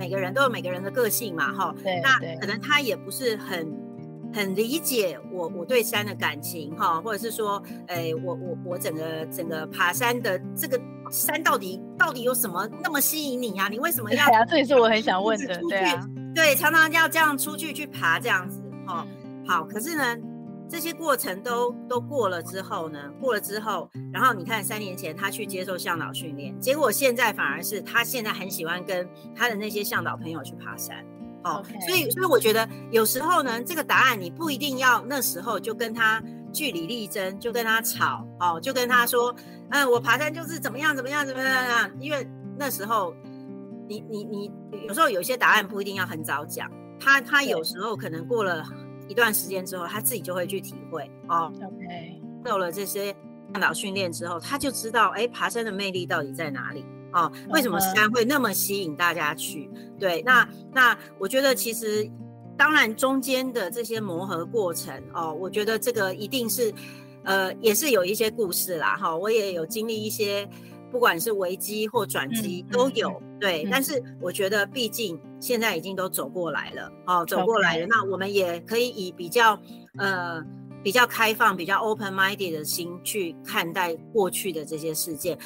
每个人都有每个人的个性嘛，那可能他也不是很理解我对山的感情哈，或者是说，我整个爬山的这个山到底有什么那么吸引你啊？你为什么要？ 对啊，这也是我很想问的，对啊， 对，常常要这样出去爬这样子哈。好，可是呢，这些过程都过了之后，然后你看3年前他去接受向导训练，结果现在反而是他现在很喜欢跟他的那些向导朋友去爬山。所以我觉得有时候呢，这个答案你不一定要那时候就跟他据理力争，就跟他吵就跟他说，我爬山就是怎么样，因为那时候你有时候有些答案不一定要很早讲，他有时候可能过了一段时间之后，他自己就会去体会 OK， 有了这些向导训练之后，他就知道爬山的魅力到底在哪里。为什么山会那么吸引大家去？对，那我觉得其实当然中间的这些磨合过程我觉得这个一定是也是有一些故事啦我也有经历一些不管是危机或转机都有，对，但是我觉得毕竟现在已经都走过来了走过来了，那我们也可以以比较开放、比较 open minded 的心去看待过去的这些事件。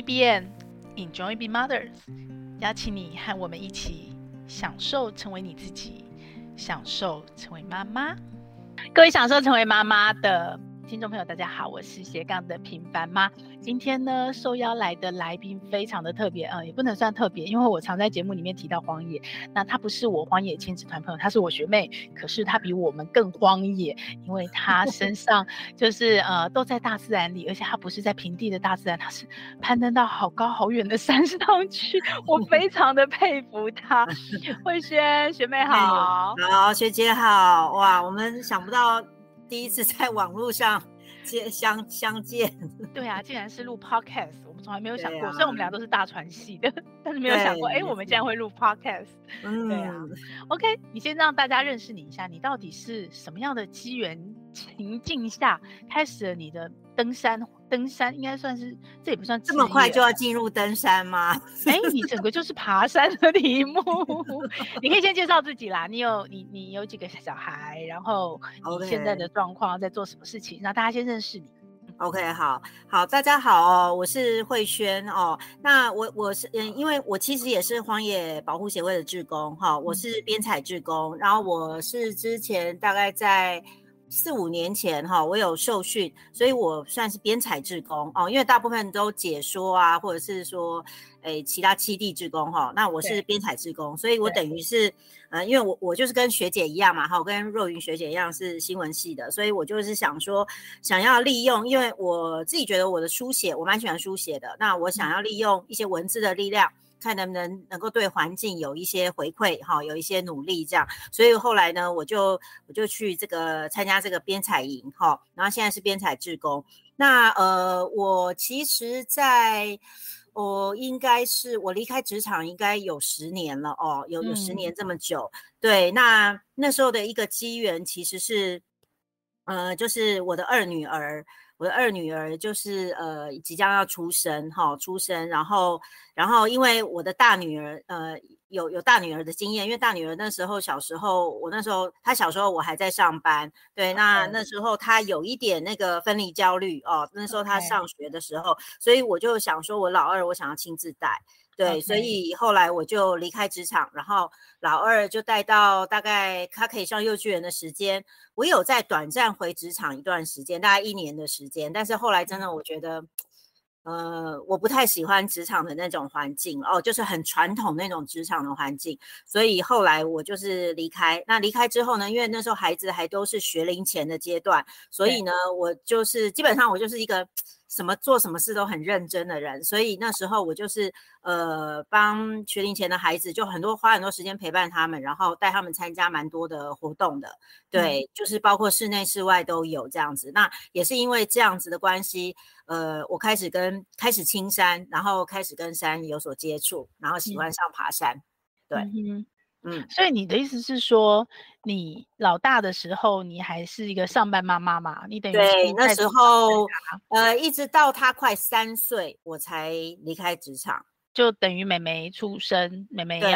EBM Enjoy Being Mothers， 邀请你和我们一起享受成为你自己，享受成为妈妈。各位享受成为妈妈的听众朋友大家好，我是斜杠的平凡妈。今天呢受邀来的来宾非常的特别，也不能算特别，因为我常在节目里面提到荒野，那她不是我荒野亲子团朋友，她是我学妹，可是她比我们更荒野，因为她身上就是都在大自然里，而且她不是在平地的大自然，她是攀登到好高好远的山上去，我非常的佩服她。慧萱学妹好。 好，学姐好，哇，我们想不到第一次在网络上相见。 对啊，竟然是录 podcast， 我们从来没有想过，虽然我们俩都是大传系的，但是没有想过我们竟然会录 podcast。对啊 OK， 你先让大家认识你一下，你到底是什么样的机缘情境下开始了你的登山应该算是，这也不算这么快就要进入登山吗？ 你整个就是爬山的题目。你可以先介绍自己啦，你有几个小孩，然后你现在的状况在做什么事情，让大家先认识你。 OK， 好，大家好我是慧萱那我是因为我其实也是荒野保护协会的志工我是编采志工，然后我是之前大概在4-5年前我有受训，所以我算是编采志工因为大部分都解说啊，或者是说其他7地志工那我是编采志工，所以我等于是因为我就是跟学姐一样嘛跟若云学姐一样是新闻系的，所以我就是想要利用，因为我自己觉得我的书写我蛮喜欢书写的，那我想要利用一些文字的力量，看能不能够对环境有一些回馈有一些努力这样，所以后来呢我就去这个参加这个编采营然后现在是编采志工。那我其实应该是我离开职场应该有10年了有10年这么久。对，那时候的一个机缘其实是就是我的二女儿就是即将要出生，然后因为我的大女儿有大女儿的经验，因为大女儿那时候小时候她小时候我还在上班，对，那时候她有一点那个分离焦虑那时候她上学的时候，所以我就想说我老二我想要亲自带。对，所以后来我就离开职场，然后老二就带到大概他可以上幼稚园的时间，我有在短暂回职场一段时间，大概1年的时间，但是后来真的我觉得我不太喜欢职场的那种环境就是很传统那种职场的环境，所以后来我就是离开。那离开之后呢，因为那时候孩子还都是学龄前的阶段，所以呢我就是基本上我就是一个做什么事都很认真的人，所以那时候我就是帮学龄前的孩子就花很多时间陪伴他们，然后带他们参加蛮多的活动的，对，就是包括室内室外都有这样子。那也是因为这样子的关系我开始青山，然后开始跟山有所接触，然后喜欢上爬山。对， 所以你的意思是说，你老大的时候你还是一个上班妈妈嘛？你等于对，那时候一直到他快3岁我才离开职场， 就等于妹妹出生，妹妹要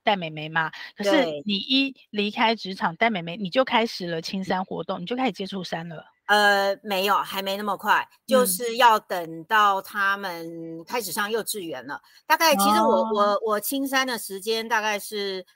带妹妹嘛，可是对你一离开职场带妹妹，你就开始了青山活动，你就开始接触山了。 没有，还没那么快，就是要等到他们开始上幼稚园了。大概其实我青山的时间大概是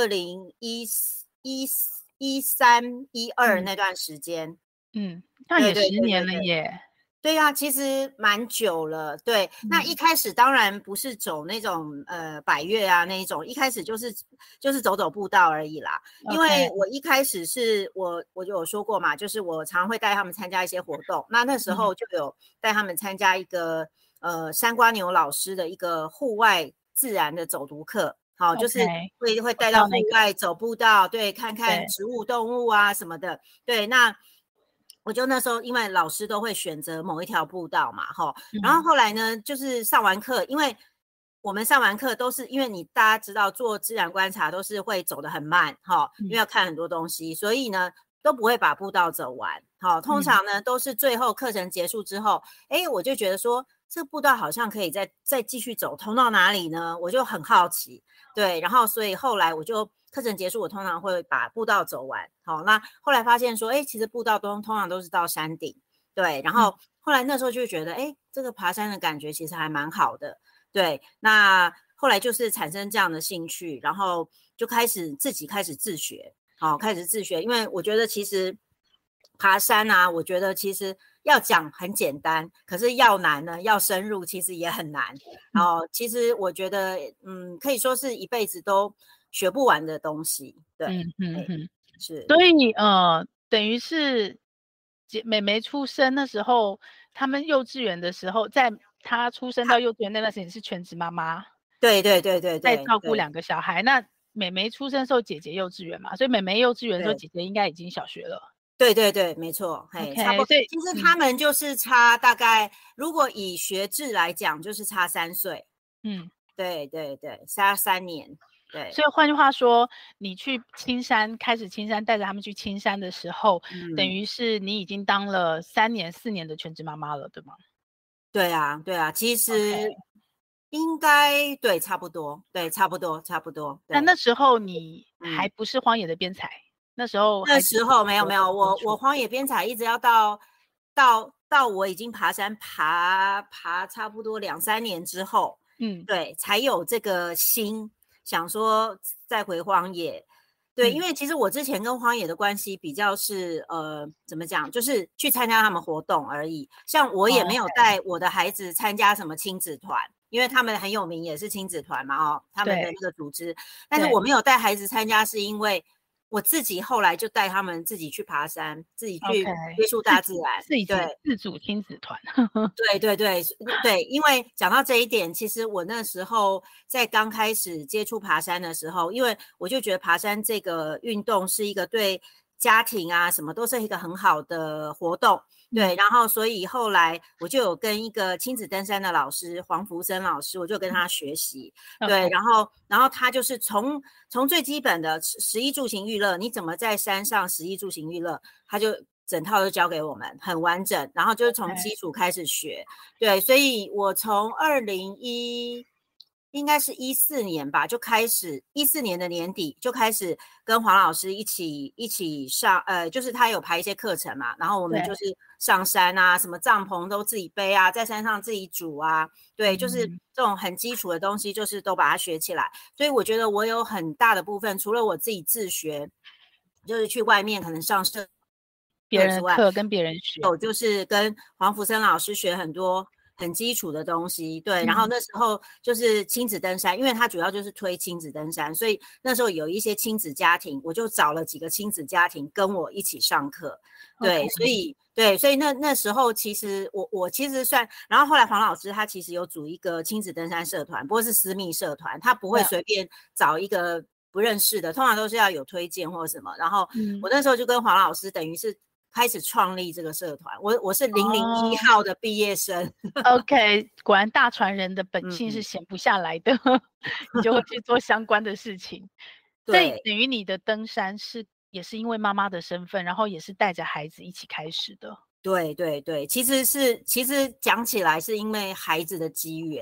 2013、12那段时间。 那也10年了耶。 对啊，其实蛮久了。对，那一开始当然不是走那种百岳啊那一种，一开始就是走走步道而已啦。因为我一开始是我就有说过嘛，就是我常会带他们参加一些活动，那时候就有带他们参加一个山瓜牛老师的一个户外自然的走读课。好，就是会带到户外走步道，对，看看植物动物啊什么的。对，那我就那时候因为老师都会选择某一条步道嘛，然后后来呢，就是上完课，因为我们上完课都是因为大家知道做自然观察都是会走得很慢，因为要看很多东西，所以呢都不会把步道走完。通常呢都是最后课程结束之后，我就觉得说这个步道好像可以再继续走，通到哪里呢？我就很好奇，对，然后所以后来我就课程结束，我通常会把步道走完。好，那后来发现说，其实步道通常都是到山顶，对。然后后来那时候就觉得，这个爬山的感觉其实还蛮好的，对。那后来就是产生这样的兴趣，然后就自己开始自学，开始自学。因为我觉得其实爬山啊，我觉得其实要讲很简单，可是要难呢，要深入其实也很难。其实我觉得，可以说是一辈子都学不完的东西，对，是。 所以等于是妹妹出生的时候，他们幼稚园的时候，在她出生到幼稚园那段时间是全职妈妈， 对，在照顾2个小孩。那妹妹出生的时候，姐姐幼稚园嘛，所以妹妹幼稚园的时候，姐姐应该已经小学了。 对，没错，差不多。其实他们就是差大概，如果以学制来讲，就是差3岁。对，差3年。对， 所以换句话说，你去青山，开始青山带着他们去青山的时候，等于是你已经当了3年4年的全职妈妈了，对吗？ 对啊，其实应该对，差不多。 那时候你还不是荒野的编采，那时候没有，我荒野编采一直要到我已经爬山爬差不多2、3年之后，对，才有这个心想说再回荒野。对，因为其实我之前跟荒野的关系比较是怎么讲，就是去参加他们活动而已。像我也没有带我的孩子参加什么亲子团，因为他们很有名，也是亲子团嘛，他们的那个组织。但是我没有带孩子参加，是因为我自己后来就带他们自己去爬山，自己去接触大自然， 对，自主亲子团。 对，因为讲到这一点，其实我那时候在刚开始接触爬山的时候，因为我就觉得爬山这个运动是一个对家庭啊什么都是一个很好的活动。对，然后所以后来我就有跟一个亲子登山的老师黄福生老师，我就跟他学习。对，然后他就是从最基本的食衣住行娱乐，你怎么在山上食衣住行娱乐，他就整套都教给我们，很完整。然后就是从基础开始学。对，所以我从应该是14年吧，就开始14年的年底就开始跟黄老师一起上，就是他有排一些课程嘛，然后我们就是上山啊，什么帐篷都自己背啊，在山上自己煮啊，对，就是这种很基础的东西，就是都把它学起来。所以我觉得我有很大的部分，除了我自己自学，就是去外面可能上社别人的课跟别人学， 就是跟黄福生老师学很多很基础的东西。对，然后那时候就是亲子登山，因为他主要就是推亲子登山，所以那时候有一些亲子家庭，我就找了几个亲子家庭跟我一起上课。对，所以那时候其实我其实算，然后后来黄老师他其实有组一个亲子登山社团，不过是私密社团，他不会随便找一个不认识的，通常都是要有推荐或什么。然后我那时候就跟黄老师等于是开始创立这个社团，我是001号的毕业生。 OK， 果然大传人的本性是闲不下来的，你就会去做相关的事情。所以等于你的登山也是因为妈妈的身份，然后也是带着孩子一起开始的。 对，其实讲起来是因为孩子的机缘。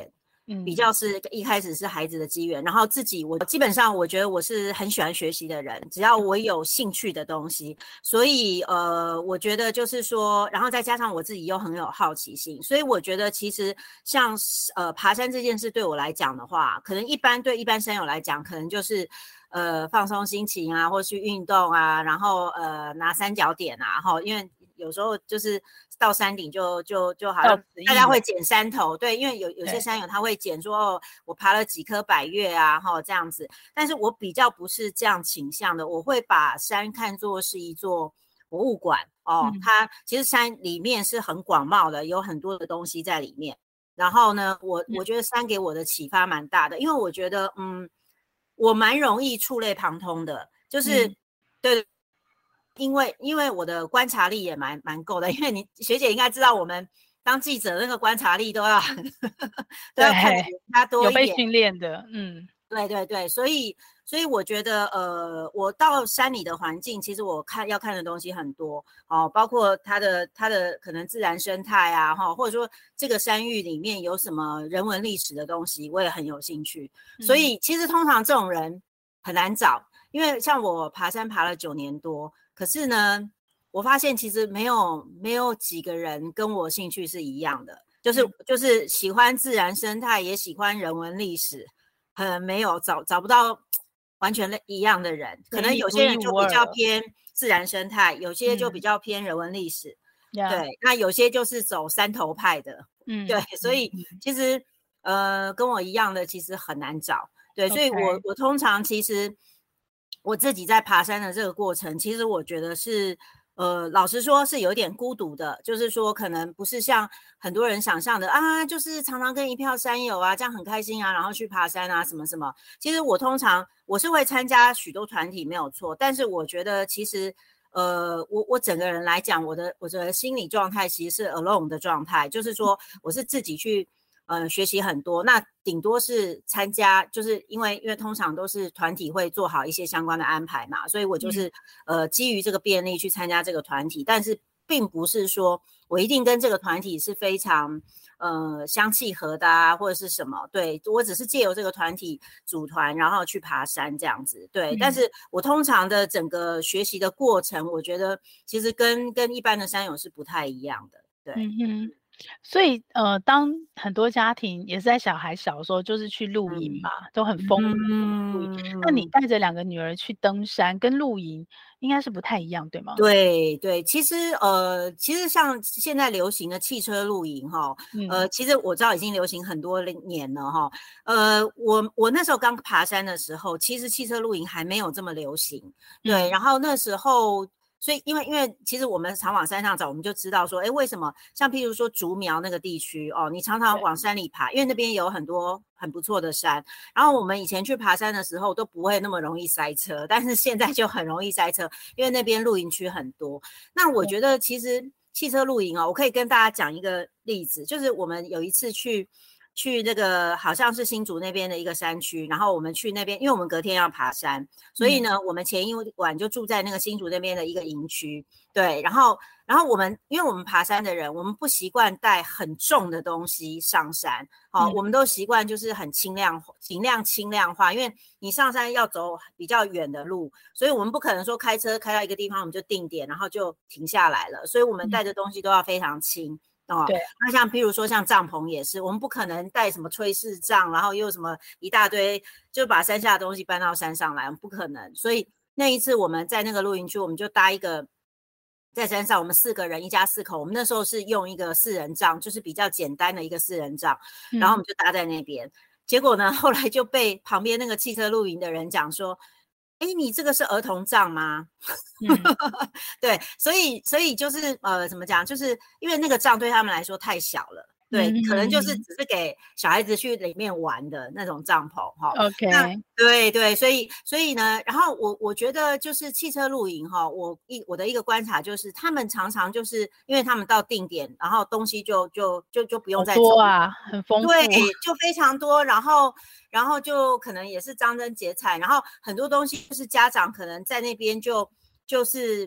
比较是一开始是孩子的机缘，然后自己我基本上我觉得我是很喜欢学习的人，只要我有兴趣的东西，所以我觉得就是说，然后再加上我自己又很有好奇心，所以我觉得其实像爬山这件事对我来讲的话，可能对一般山友来讲，可能就是放松心情啊，或去运动啊，然后拿三角点啊，因为有时候就是到山顶就好像大家会捡山头，对，因为有些山友他会捡说哦，我爬了几棵百岳啊，这样子。但是我比较不是这样倾向的，我会把山看作是一座博物馆哦，它其实山里面是很广袤的，有很多的东西在里面。然后呢，我觉得山给我的启发蛮大的，因为我觉得我蛮容易触类旁通的，就是对。因为我的观察力也蛮够的，因为你学姐应该知道，我们当记者那个观察力都要都要看得比他多一点， 有被训练的， 对，所以我觉得我到山里的环境，其实我要看的东西很多哦，包括它的可能自然生态啊，或者说这个山域里面有什么人文历史的东西，我也很有兴趣。所以其实通常这种人很难找，因为像我爬山爬了9年多。可是呢，我发现其实没有几个人跟我兴趣是一样的，就是喜欢自然生态，也喜欢人文历史，没有找不到完全一样的人。可能有些人就比较偏自然生态，有些就比较偏人文历史，对，那有些就是走山头派的，对，所以其实跟我一样的其实很难找，对，所以我通常其实。我自己在爬山的这个过程，其实我觉得是，老实说是有点孤独的，就是说可能不是像很多人想象的啊，就是常常跟一票山友啊，这样很开心啊，然后去爬山啊，什么什么。其实我通常我是会参加许多团体没有错，但是我觉得其实，我整个人来讲，我的心理状态其实是 alone 的状态，就是说我是自己去。学习很多，那顶多是参加，就是因为通常都是团体会做好一些相关的安排嘛，所以我就是基于这个便利去参加这个团体，但是并不是说我一定跟这个团体是非常相契合的啊，或者是什么，对，我只是借由这个团体组团，然后去爬山这样子，对，但是我通常的整个学习的过程，我觉得其实跟一般的山友是不太一样的，对。 所以当很多家庭也是在小孩小的时候，就是去露营嘛，都很丰富露营。那你带着2个女儿去登山，跟露营应该是不太一样，对吗？ 对，其实像现在流行的汽车露营其实我知道已经流行很多年了我那时候刚爬山的时候，其实汽车露营还没有这么流行，对，然后那时候。所以因为其实我们常往山上走，我们就知道说，为什么像譬如说竹苗那个地区你常常往山里爬，因为那边有很多很不错的山。然后我们以前去爬山的时候都不会那么容易塞车，但是现在就很容易塞车，因为那边露营区很多。那我觉得其实汽车露营我可以跟大家讲一个例子，就是我们有一次去那个好像是新竹那边的一个山区，然后我们去那边，因为我们隔天要爬山，所以呢，我们前一晚就住在那个新竹那边的一个营区，对，然后我们因为我们爬山的人，我们不习惯带很重的东西上山，我们都习惯就是很尽量轻量化，因为你上山要走比较远的路，所以我们不可能说开车开到一个地方我们就定点，然后就停下来了，所以我们带的东西都要非常轻。 对， 那像譬如说像帐篷也是，我们不可能带什么炊事帐，然后又什么一大堆，就把山下的东西搬到山上来，不可能。所以那一次我们在那个露营区，我们就搭一个在山上，我们4个人，一家4口，我们那时候是用一个4人帐，就是比较简单的一个4人帐，然后我们就搭在那边。结果呢，后来就被旁边那个汽车露营的人讲说，你这个是儿童帐吗？对，所以就是怎么讲，就是因为那个帐对他们来说太小了，对，可能就是只是给小孩子去里面玩的那种帐篷 OK， 对，所以呢，然后我觉得就是汽车露营我的一个观察就是，他们常常就是因为他们到定点，然后东西就不用再走多啊，很丰富， 对，就非常多，然后就可能也是张灯结彩，然后很多东西就是家长可能在那边就是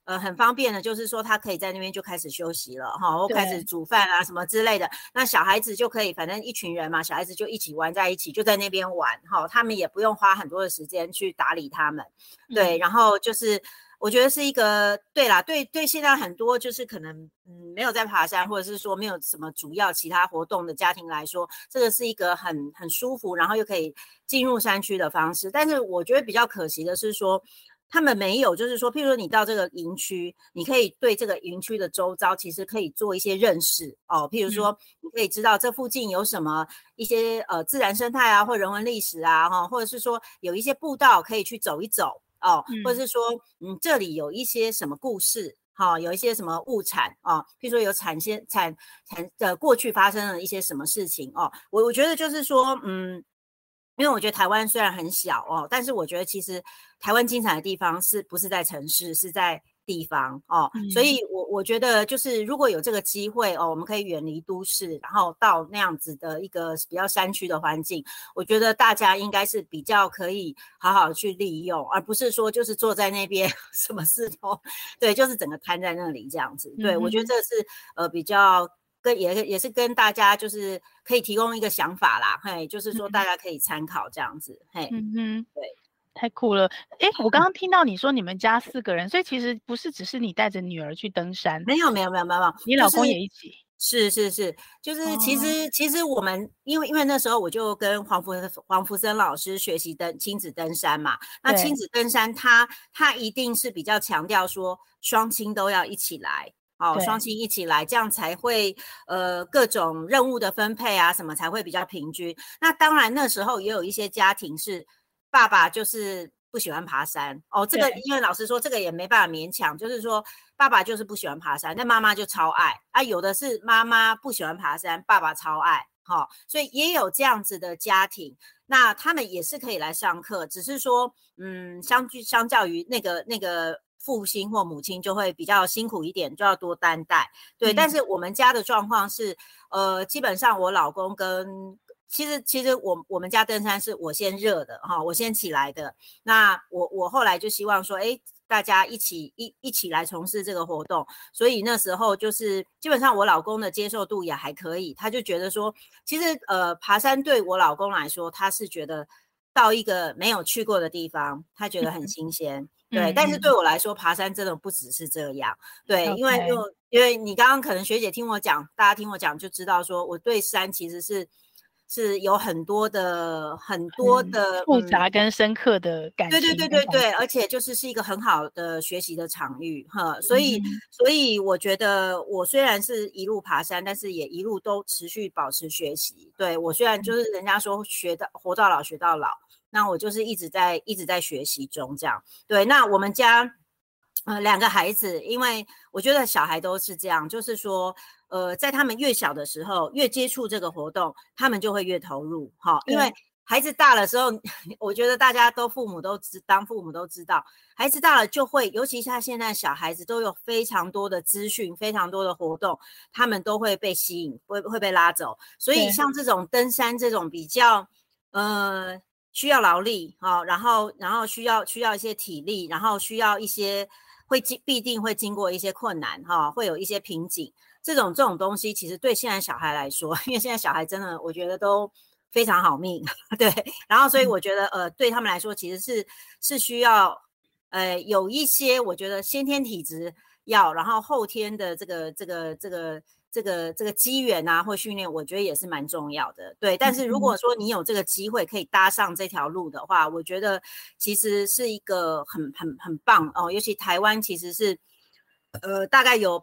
很方便的，就是说他可以在那边就开始休息了哈，或开始煮饭啊什么之类的。那小孩子就可以，反正一群人嘛，小孩子就一起玩在一起，就在那边玩哈，他们也不用花很多的时间去打理他们。对，然后就是我觉得是一个对啦，对现在很多就是可能没有在爬山，或者是说没有什么主要其他活动的家庭来说，这个是一个很舒服，然后又可以进入山区的方式。但是我觉得比较可惜的是说，他们没有，就是说，譬如说你到这个营区，你可以对这个营区的周遭其实可以做一些认识哦。譬如说，你可以知道这附近有什么一些自然生态啊，或人文历史啊，或者是说有一些步道可以去走一走哦，或者是说这里有一些什么故事。有一些什么物产哦，譬如说有产过去发生了一些什么事情哦，我觉得就是说，因为我觉得台湾虽然很小哦，但是我觉得其实台湾精彩的地方是不是在城市，是在地方哦，所以我觉得就是如果有这个机会哦，我们可以远离都市，然后到那样子的一个比较山区的环境，我觉得大家应该是比较可以好好去利用，而不是说就是坐在那边什么事都对，就是整个瘫在那里这样子。对，我觉得这是比较。也是跟大家就是可以提供一个想法啦，嘿，就是说大家可以参考这样子，嘿，对， 太酷了。我刚刚听到你说你们家4个人，所以其实不是只是你带着女儿去登山， 没有， 你老公也一起。 是，就是其实我们因为那时候我就跟黄福生老师学习亲子登山嘛，那亲子登山他一定是比较强调说双亲都要一起来。双亲一起来，这样才会各种任务的分配啊什么才会比较平均。那当然那时候也有一些家庭是爸爸就是不喜欢爬山哦，这个因为老实说这个也没办法勉强，就是说爸爸就是不喜欢爬山，但妈妈就超爱啊，有的是妈妈不喜欢爬山，爸爸超爱，所以也有这样子的家庭。那他们也是可以来上课，只是说相较于那个父亲或母亲就会比较辛苦一点，就要多担待。对，但是我们家的状况是，基本上我老公跟其实我们家登山是我先热的我先起来的。那我后来就希望说，大家一起来从事这个活动，所以那时候就是基本上我老公的接受度也还可以，他就觉得说，其实爬山对我老公来说，他是觉得到一个没有去过的地方，他觉得很新鲜。对，但是对我来说，爬山真的不只是这样。对，因为你刚刚可能学姐听我讲，大家听我讲就知道说，我对山其实是有很多的复杂跟深刻的感情。 对，而且就是一个很好的学习的场域哈。所以我觉得我虽然是一路爬山，但是也一路都持续保持学习。对，我虽然就是人家说活到老学到老。那我就是一直在学习中这样。对，那我们家2个孩子，因为我觉得小孩都是这样，就是说在他们越小的时候，越接触这个活动，他们就会越投入因为孩子大了之后，我觉得大家当父母都知道，孩子大了就会，尤其是现在小孩子都有非常多的资讯，非常多的活动，他们都会被吸引，会被拉走。所以像这种登山这种比较需要劳力然后需要一些体力，然后需要一些必定会经过一些困难会有一些瓶颈。这种东西其实对现在小孩来说，因为现在小孩真的我觉得都非常好命对，然后所以我觉得对他们来说其实是需要有一些我觉得先天体质要，然后后天的这个机缘啊或训练，我觉得也是蛮重要的。对，但是如果说你有这个机会可以搭上这条路的话，我觉得其实是一个很棒尤其台湾其实是大概有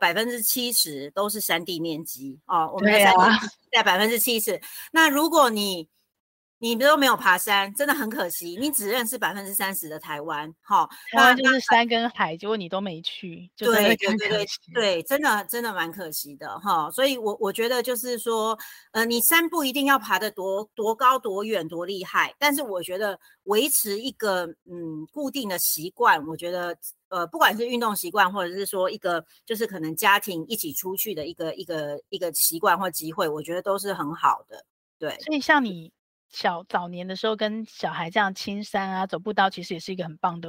70%都是山地面积我们的山地在70%。那如果你都没有爬山，真的很可惜，你只认识30%的台湾台湾就是山跟海，结果你都没去，就真的很可惜。 对，真的蛮可惜的所以我觉得就是说你山不一定要爬得多高多远多厉害，但是我觉得维持一个固定的习惯，我觉得不管是运动习惯，或者是说一个就是可能家庭一起出去的一个习惯或机会，我觉得都是很好的。对， 所以像你早年的时候跟小孩这样青山啊走步道，其实也是一个很棒的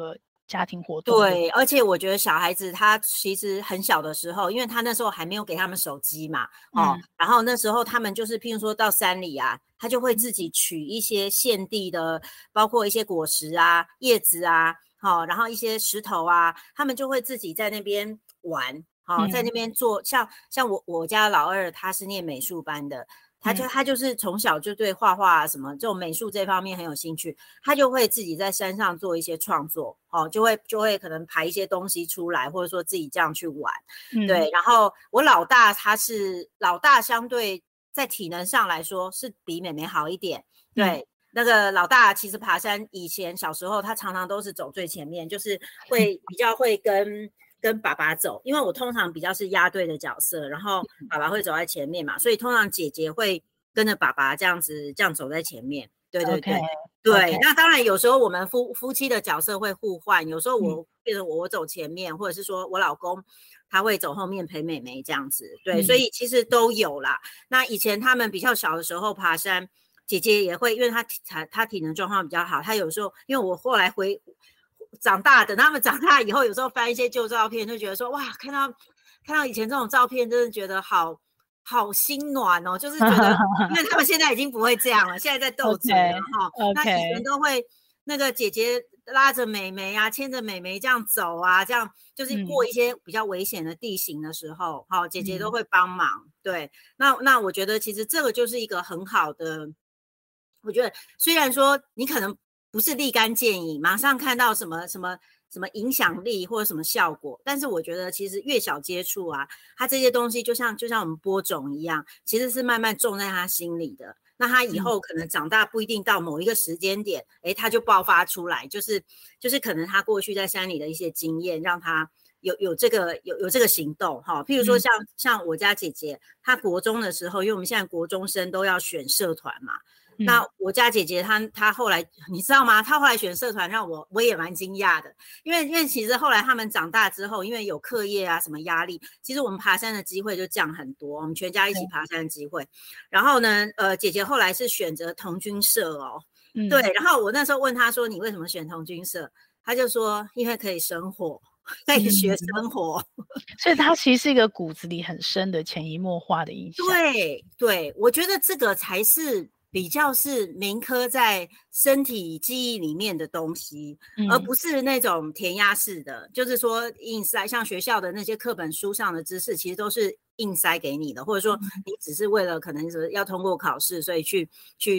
家庭活动。 对，而且我觉得小孩子他其实很小的时候，因为他那时候还没有给他们手机嘛，然后那时候他们就是譬如说到山里啊，他就会自己取一些现地的，包括一些果实啊、叶子啊，然后一些石头啊，他们就会自己在那边玩，在那边做，像我家老二他是念美术班的。他就是从小就对画画啊什么这种美术这方面很有兴趣，他就会自己在山上做一些创作，就会可能排一些东西出来，或者说自己这样去玩，对。然后我老大相对在体能上来说是比妹妹好一点，对。那个老大其实爬山以前小时候他常常都是走最前面，就是比较会跟爸爸走，因为我通常比较是压队的角色，然后爸爸会走在前面嘛，所以通常姐姐会跟着爸爸这样走在前面。对对对、对。那当然有时候我们夫妻的角色会互换，有时候我变成我走前面，或者是说我老公他会走后面陪妹妹这样子。对，所以其实都有啦。那以前他们比较小的时候爬山，姐姐也会，因为她体能状况比较好，她有时候因为我后来等他们长大以后，有时候翻一些旧照片，就觉得说哇，看到以前这种照片，真的觉得好心暖哦，就是觉得，因为他们现在已经不会这样了，现在在斗嘴了哈。那以前都会那个姐姐拉着妹妹啊，牵着妹妹这样走啊，这样就是过一些比较危险的地形的时候，姐姐都会帮忙。对，那我觉得其实这个就是一个很好的，我觉得虽然说你可能不是立竿见影，马上看到什么影响力或者什么效果，但是我觉得其实越小接触啊，它这些东西就像我们播种一样，其实是慢慢种在他心里的。那他以后可能长大不一定到某一个时间点，他就爆发出来，就是可能他过去在山里的一些经验，让他有这个行动哈。譬如说像我家姐姐，她国中的时候，因为我们现在国中生都要选社团嘛。那我家姐姐她后来你知道吗？她后来选社团让我也蛮惊讶的，因为其实后来他们长大之后，因为有课业啊什么压力，其实我们爬山的机会就降很多，我们全家一起爬山的机会。然后呢，姐姐后来是选择童军社哦，对。然后我那时候问她说：“你为什么选童军社？”她就说：“因为可以生活，可以学生活。” 所以她其实是一个骨子里很深的潜移默化的影响。 对，我觉得这个才是比较是铭刻在身体记忆里面的东西，而不是那种填鸭式的，就是说硬塞，像学校的那些课本书上的知识，其实都是硬塞给你的，或者说你只是为了可能是要通过考试，所以去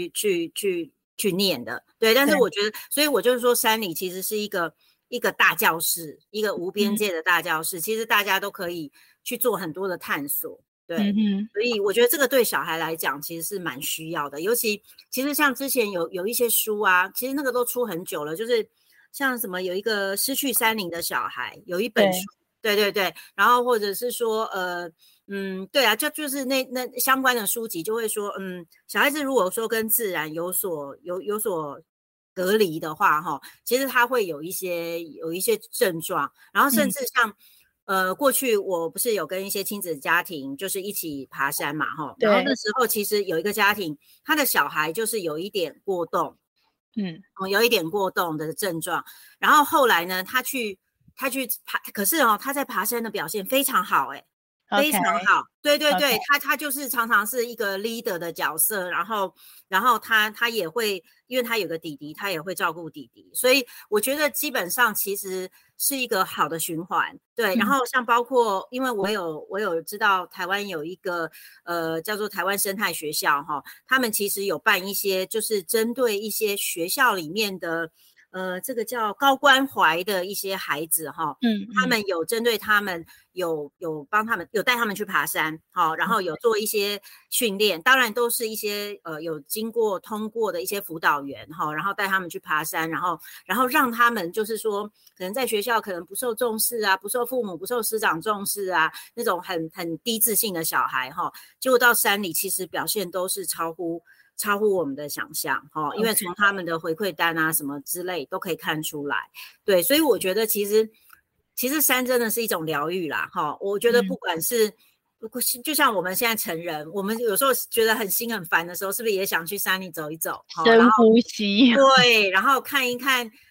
念的。对，但是我觉得，所以我就是说，山里其实是一个大教室，一个无边界的大教室，其实大家都可以去做很多的探索。对，所以我觉得这个对小孩来讲其实是蛮需要的，尤其其实像之前有一些书啊，其实那个都出很久了，就是像什么有一个失去山林的小孩，有一本书，对，然后或者是说对啊，就是那相关的书籍就会说，小孩子如果说跟自然有所隔离的话，其实他会有一些症状，然后甚至像。过去我不是有跟一些亲子家庭就是一起爬山嘛，然后那时候其实有一个家庭，他的小孩就是有一点过动，有一点过动的症状，然后后来呢，他去爬，可是他在爬山的表现非常好，非常好，对，他就是常常是一个 leader 的角色，然后他也会，因为他有个弟弟，他也会照顾弟弟，所以我觉得基本上其实是一个好的循环。对，然后像包括，因为我有知道台湾有一个叫做台湾生态学校他们其实有办一些就是针对一些学校里面的这个叫高关怀的一些孩子他们有针对他们有帮他们有带他们去爬山然后有做一些训练，当然都是一些有通过的一些辅导员然后带他们去爬山，然后让他们就是说可能在学校可能不受重视啊，不受父母不受师长重视啊，那种很低自信的小孩结果到山里其实表现都是超乎我们的想象因为从他们的回馈单啊什么之类都可以看出来。对，所以我觉得其实山真的是一种疗愈啦我觉得不管是就像我们现在成人，我们有时候觉得很心很烦的时候，是不是也想去山里走一走， 深呼吸？ 对，然后看一看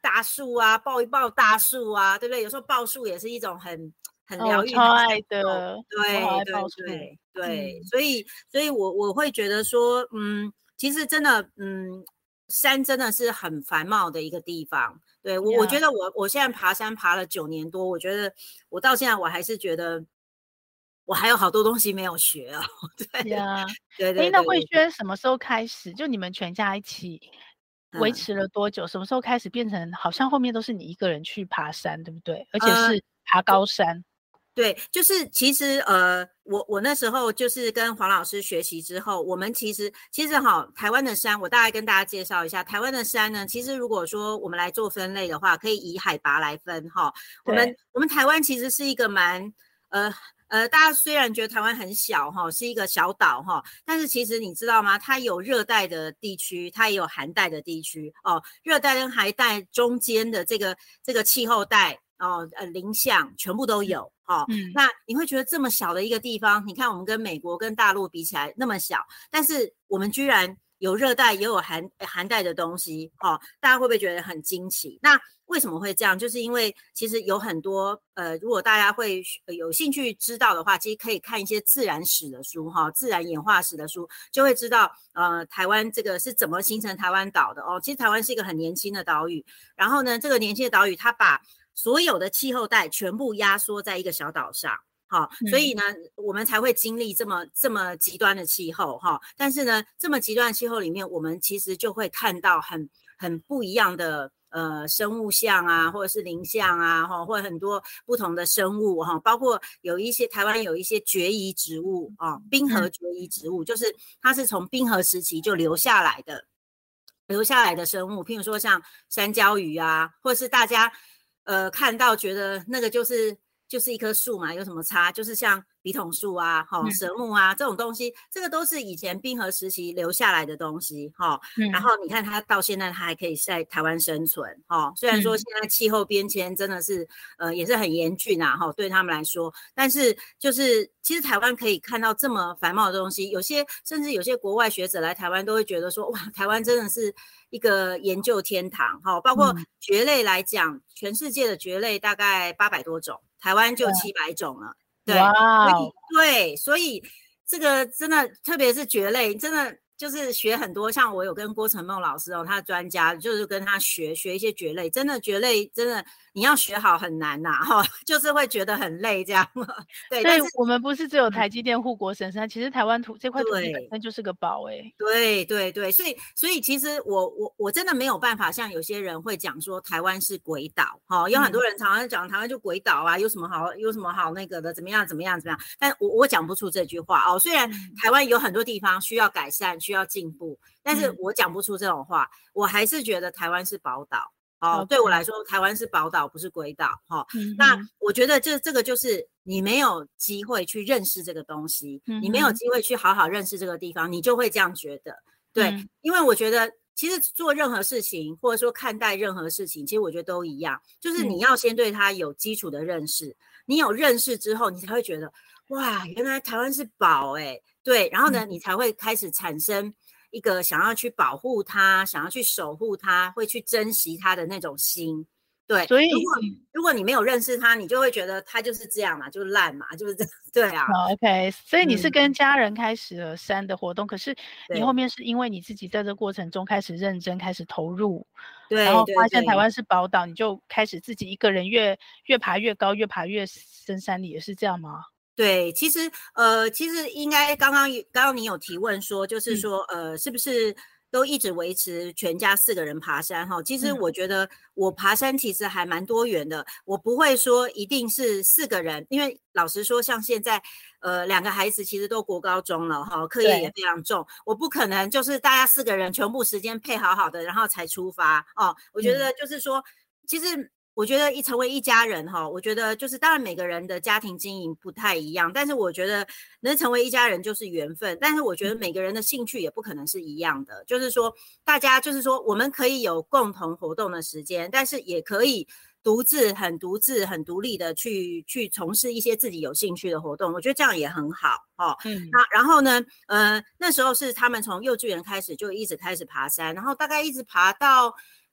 大树啊，抱一抱大树啊，对不对？有时候抱树也是一种很疗愈的超爱享受。 的，我好爱抱树。 对，所以我会觉得说，其实真的，山真的是很繁茂的一个地方。对，我觉得我现在爬山爬了9年多，我觉得我到现在我还是觉得我还有好多东西没有学啊。对呀， 对。 那慧萱什么时候开始？就你们全家一起维持了多久？什么时候开始变成好像后面都是你一个人去爬山，对不对？而且是爬高山。 对，就是其实我那时候就是跟黄老师学习之后，我们其实台湾的山，我大概跟大家介绍一下，台湾的山呢，其实如果说我们来做分类的话，可以以海拔来分哈。我们台湾其实是一个蛮大家虽然觉得台湾很小哈，是一个小岛哈，但是其实你知道吗？它有热带的地区，它也有寒带的地区哦。热带跟寒带中间的这个气候带林相全部都有哦。那你会觉得这么小的一个地方，你看我们跟美国跟大陆比起来那么小，但是我们居然有热带也有寒带的东西哦，大家会不会觉得很惊奇？那为什么会这样？就是因为其实有很多如果大家会有兴趣知道的话，其实可以看一些自然史的书哈，自然演化史的书，就会知道台湾这个是怎么形成台湾岛的哦。其实台湾是一个很年轻的岛屿，然后呢，这个年轻的岛屿它把所有的气候带全部压缩在一个小岛上。好，所以呢，我们才会经历这么极端的气候哈。但是呢，这么极端的气候里面，我们其实就会看到很不一样的生物相啊，或者是林相啊，或者很多不同的生物哈，包括台湾有一些绝移植物啊，冰河绝移植物，就是它是从冰河时期就留下来的生物，譬如说像山椒鱼啊，或者是大家看到觉得那个就是一棵树嘛，有什么差？就是像笔筒树啊、蛇木啊这种东西，这个都是以前冰河时期留下来的东西哈。然后你看它到现在它还可以在台湾生存哈。虽然说现在气候变迁真的是也是很严峻啊哈，对他们来说，但是就是其实台湾可以看到这么繁茂的东西，甚至有些国外学者来台湾都会觉得说，哇，台湾真的是一个研究天堂哈。包括蕨类来讲，全世界的蕨类大概800多种。台湾就700种了，对，所以这个真的，特别是蕨类，真的就是学很多。像我有跟郭成梦老师他的专家就是跟他学一些蕨类，真的蕨类真的你要学好很难呐就是会觉得很累这样。对， 但是我们不是只有台积电护国神山，其实台湾这块土地本身就是个宝对，所以其实我真的没有办法像有些人会讲说台湾是鬼岛有很多人常常讲台湾就鬼岛啊，有什么好那个的，怎么样，但我讲不出这句话虽然台湾有很多地方需要改善，需要进步，但是我讲不出这种话，我还是觉得台湾是宝岛。对我来说，台湾是宝岛，不是鬼岛那我觉得这个就是你没有机会去认识这个东西，你没有机会去好好认识这个地方，你就会这样觉得。对，因为我觉得其实做任何事情，或者说看待任何事情，其实我觉得都一样，就是你要先对它有基础的认识，你有认识之后，你才会觉得哇，原来台湾是宝对，然后呢，你才会开始产生一个想要去保护它，想要去守护它，会去珍惜它的那种心。对， 所以如果你没有认识它，你就会觉得它就是这样嘛，就是烂嘛，就是这样。对啊。 OK， 所以你是跟家人开始了山的活动，可是你后面是因为你自己在这过程中开始认真，开始投入， 对， 然后发现台湾是宝岛，你就开始自己一个人越爬越高，越爬越深山里，也是这样吗？ 对，其实应该刚刚你有提问说，就是说是不是都一直维持全家4个人爬山其实我觉得我爬山其实还蛮多元的，我不会说一定是4个人，因为老实说，像现在2个孩子其实都国高中了课业也非常重，我不可能就是大家4个人全部时间配好的，然后才出发我觉得就是说，其实。我觉得成为一家人我觉得就是当然每个人的家庭经营不太一样，但是我觉得能成为一家人就是缘分，但是我觉得每个人的兴趣也不可能是一样的，就是说大家就是说我们可以有共同活动的时间，但是也可以很独立的去从事一些自己有兴趣的活动，我觉得这样也很好然后呢那时候是他们从幼稚园开始就一直开始爬山，然后大概一直爬到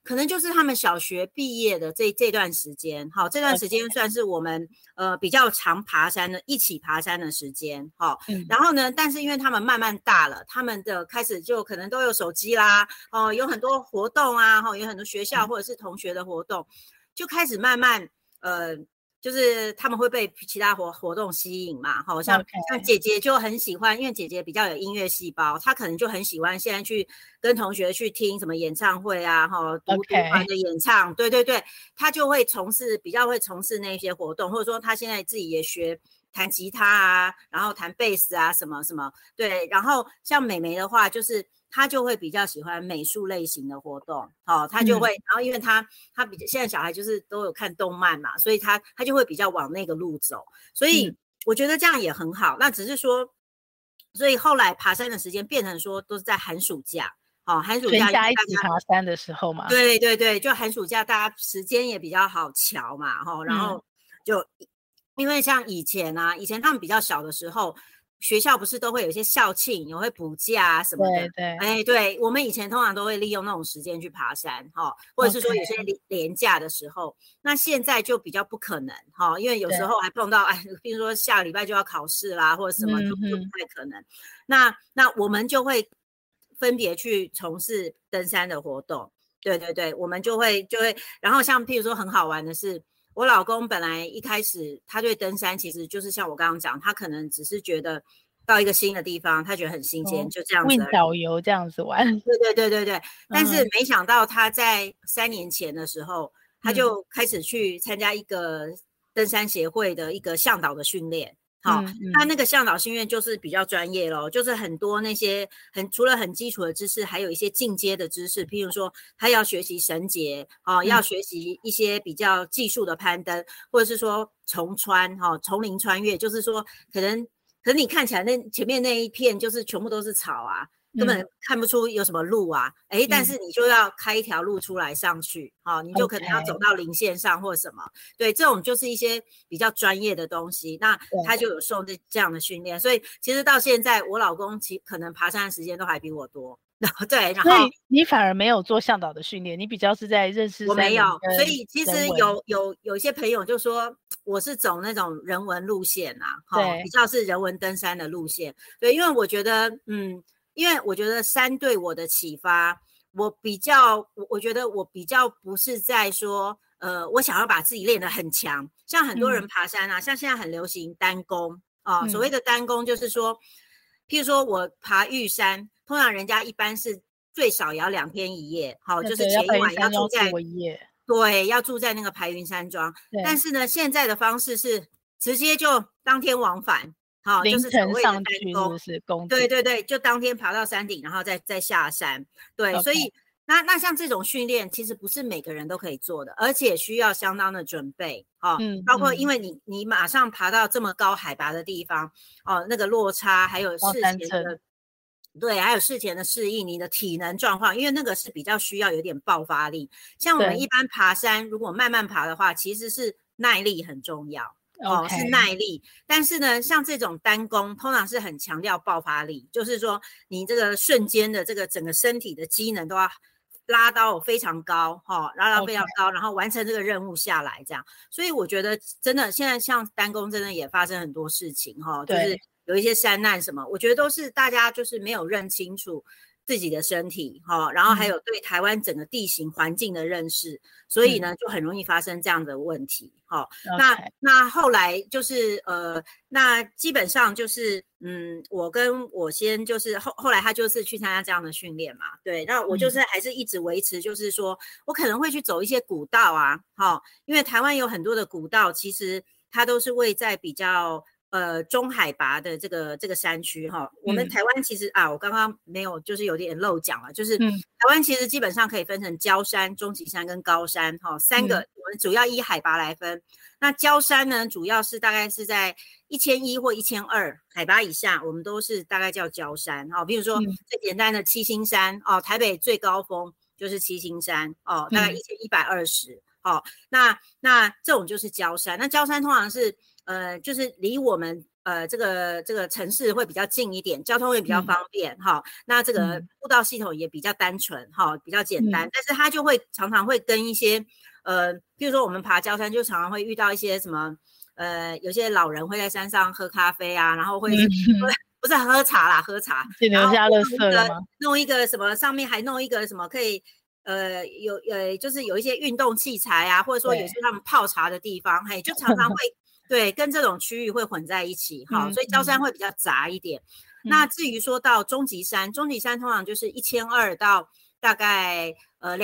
可能就是他们小学毕业的这段时间，好，这段时间算是我们比较常爬山的，一起爬山的时间，好，然后呢，但是因为他们慢慢大了，他们的开始就可能都有手机啦，有很多活动啊，有很多学校或者是同学的活动，就开始慢慢就是他们会被其他活动吸引嘛，好像姐姐就很喜欢，因为姐姐比较有音乐细胞，她可能就很喜欢现在去跟同学去听什么演唱会啊，读团的演唱，对对对，她就会比较会从事那些活动，或者说她现在自己也学弹吉他啊，然后弹贝斯啊什么什么，对，然后像美眉的话就是他就会比较喜欢美术类型的活动，他就会，然后因为他现在小孩就是都有看动漫嘛，所以他就会比较往那个路走，所以我觉得这样也很好。那只是说，所以后来爬山的时间变成说都是在寒暑假，寒暑假全家一起爬山的时候嘛， 对对对，就寒暑假大家时间也比较好瞧嘛，然后就因为像以前他们比较小的时候。学校不是都会有一些校庆，也会补假啊什么的。对，对，我们以前通常都会利用那种时间去爬山，或者是说有些连假的时候。那现在就比较不可能，因为有时候还碰到，比如说下个礼拜就要考试啦，或者什么就不太可能。那我们就会分别去从事登山的活动。对对对，我们就会，然后像譬如说很好玩的是。我老公本来一开始他对登山其实就是像我刚刚讲，他可能只是觉得到一个新的地方，他觉得很新鲜，就这样子。 导游这样子玩。 对对对对对。但是没想到他在3年前的时候，他就开始去参加一个登山协会的一个向导的训练。好，他那个向导训练就是比较专业咯，就是很多那些除了很基础的知识，还有一些进阶的知识，譬如说他要学习绳结，要学习一些比较技术的攀登，或者是说丛穿，丛林穿越，就是说可能你看起来那前面那一片就是全部都是草啊，根本看不出有什么路啊，但是你就要开一条路出来上去，你就可能要走到零线上或什么，对，这种就是一些比较专业的东西，那他就有受这样的训练，所以其实到现在我老公可能爬山的时间都还比我多。对，然后所以你反而没有做向导的训练，你比较是在认识山。 我没有，所以其实有一些朋友就说我是走那种人文路线比较是人文登山的路线。对，因为我觉得山对我的启发，我觉得我比较不是在说我想要把自己练得很强，像很多人爬山像现在很流行单攻所谓的单攻就是说，譬如说我爬玉山，通常人家一般是最少也要2天1夜，就是前一晚要住在对，要住在那个排云山庄。但是呢，现在的方式是直接就当天往返，就是所谓的单攻，对对对，就当天爬到山顶，然后再下山。对，所以那像这种训练，其实不是每个人都可以做的，而且需要相当的准备包括因为你马上爬到这么高海拔的地方那个落差还有事前的。对，还有事前的适应，你的体能状况，因为那个是比较需要有点爆发力。像我们一般爬山，如果慢慢爬的话，其实是耐力很重要是耐力。但是呢，像这种单攻，通常是很强调爆发力，就是说你这个瞬间的这个整个身体的机能都要拉到非常高拉到非常高，然后完成这个任务下来这样。所以我觉得真的现在像单攻真的也发生很多事情就是有一些山难什么，我觉得都是大家就是没有认清楚自己的身体然后还有对台湾整个地形环境的认识，所以呢就很容易发生这样的问题那后来就是那基本上就是我跟我先就是后来他就是去参加这样的训练嘛，对，那我就是还是一直维持，就是说我可能会去走一些古道因为台湾有很多的古道，其实它都是位在比较中海拔的这个山区我们台湾其实我刚刚没有就是有点漏讲了，就是台湾其实基本上可以分成郊山、中级山跟高山3个，我们主要依海拔来分。那郊山呢，主要是大概是在1100或1200海拔以下，我们都是大概叫郊山比如说最简单的七星山台北最高峰就是七星山大概1120那这种就是郊山。那郊山通常是就是离我们这个城市会比较近一点，交通也比较方便哈。那这个步道系统也比较单纯哈，比较简单，但是它就会常常会跟一些比如说我们爬郊山就常常会遇到一些什么有些老人会在山上喝咖啡啊，然后会是不是喝茶啦，喝茶， 留下垃圾了吗？ 弄一个什么上面还弄一个什么可以就是有一些运动器材啊，或者说有些他们泡茶的地方，嘿，就常常会对跟这种区域会混在一起哈，所以郊山会比较杂一点。那至于说到终极山，终极山通常就是1200到大概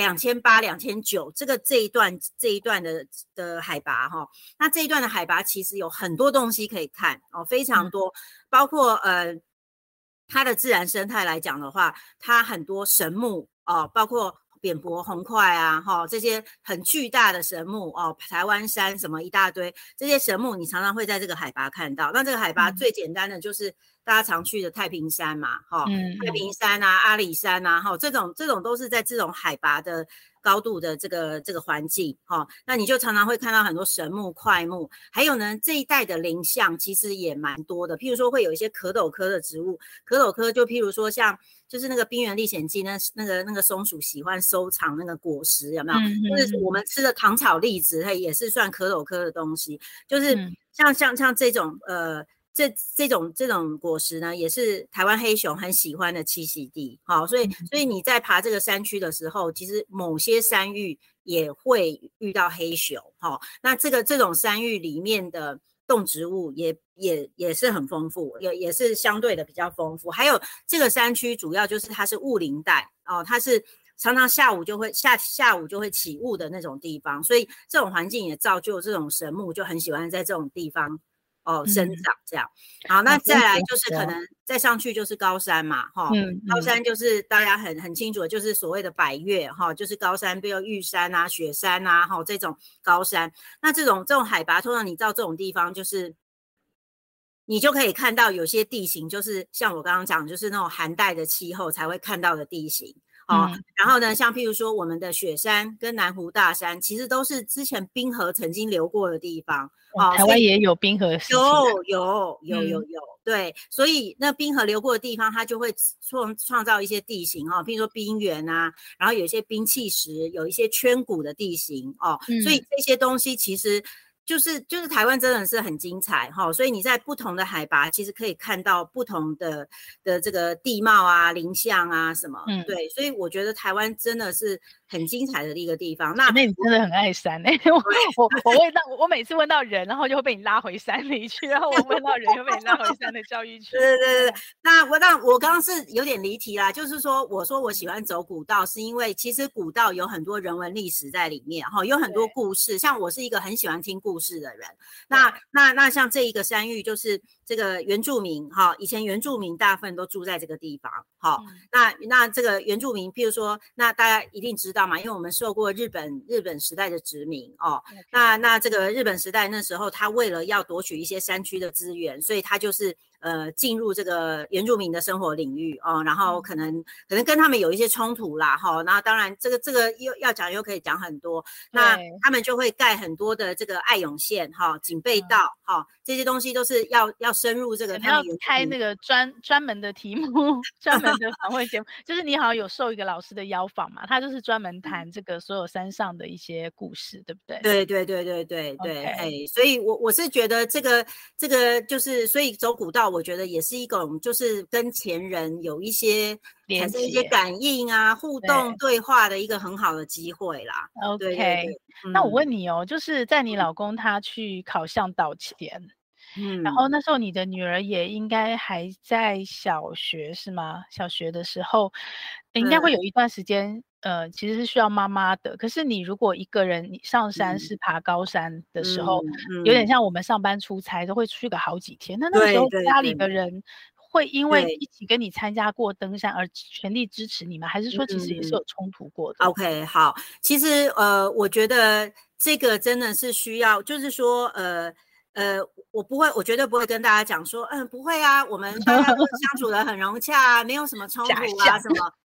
2800、2900这一段的海拔哈。那这一段的海拔其实有很多东西可以看哦，非常多，包括它的自然生态来讲的话，它很多神木哦，包括扁柏红块啊，这些很巨大的神木哦，台湾山什么一大堆，这些神木你常常会在这个海拔看到。那这个海拔最简单的就是大家常去的太平山嘛，太平山啊、阿里山啊，这种都是在这种海拔的高度的这个环境，那你就常常会看到很多神木、块木，还有呢这一带的林相其实也蛮多的，譬如说会有一些壳斗科的植物，壳斗科就譬如说像就是那个《冰原历险记》那个松鼠喜欢收藏那个果实，有没有？就是我们吃的糖炒栗子，它也是算壳斗科的东西，就是像这种这种果实呢，也是台湾黑熊很喜欢的栖息地。好，所以你在爬这个山区的时候，其实某些山域也会遇到黑熊。好，那这种山域里面的动植物也是很丰富，也是相对的比较丰富。还有这个山区主要就是它是雾林带哦，它是常常下午就会起雾的那种地方，所以这种环境也造就这种神木就很喜欢在这种地方生长这样。好，那再来就是可能再上去就是高山嘛，高山就是大家很清楚的，就是所谓的百岳，就是高山，比如玉山啊、雪山啊，这种高山。那这种海拔，通常你到这种地方，就是你就可以看到有些地形，就是像我刚刚讲，就是那种寒带的气候才会看到的地形。然后呢，像譬如说我们的雪山跟南湖大山，其实都是之前冰河曾经流过的地方。 台湾也有冰河时期。 有，对，所以那冰河流过的地方，它就会创造一些地形譬如说冰原啊，然后有一些冰碛石，有一些圈谷的地形所以这些东西其实就是台湾真的是很精彩所以你在不同的海拔其实可以看到不同的这个地貌啊、林相啊什么对，所以我觉得台湾真的是很精彩的一个地方。 那你真的很爱山我每次问到人，然后就会被你拉回山里去，然后我问到人又被你拉回山的教育区。 对，那我刚刚是有点离题啦，就是说我说我喜欢走古道，是因为其实古道有很多人文历史在里面有很多故事，像我是一个很喜欢听故事的人。那像这一个山域就是这个原住民以前原住民大部分都住在这个地方那这个原住民譬如说那大家一定知道嘛，因为我们受过日本时代的殖民那这个日本时代那时候他为了要夺取一些山区的资源，所以他就是进入这个原住民的生活领域然后可能跟他们有一些冲突啦那当然这个又要讲又可以讲很多，那他们就会盖很多的这个爱永线警备道这些东西都是要深入这个他们要开那个专门的题目专门的访问节目就是你好像有受一个老师的邀访嘛，他就是专门谈这个所有山上的一些故事，对不对？ 对，所以我是觉得这个就是所以走古道我觉得也是一种就是跟前人有一些产生一些感应啊、互动对话的一个很好的机会啦。 OK，那我问你就是在你老公他去考向导前然后那时候你的女儿也应该还在小学是吗？小学的时候应该会有一段时间其实是需要妈妈的，可是你如果一个人你上山是爬高山的时候有点像我们上班出差都会去个好几天，那个时候家里的人会因为一起跟你参加过登山而全力支持你吗？还是说其实也是有冲突过的 ？OK， 好，其实我觉得这个真的是需要，就是说我绝对不会跟大家讲说不会啊，我们大家都相处得很融洽没有什么冲突啊什么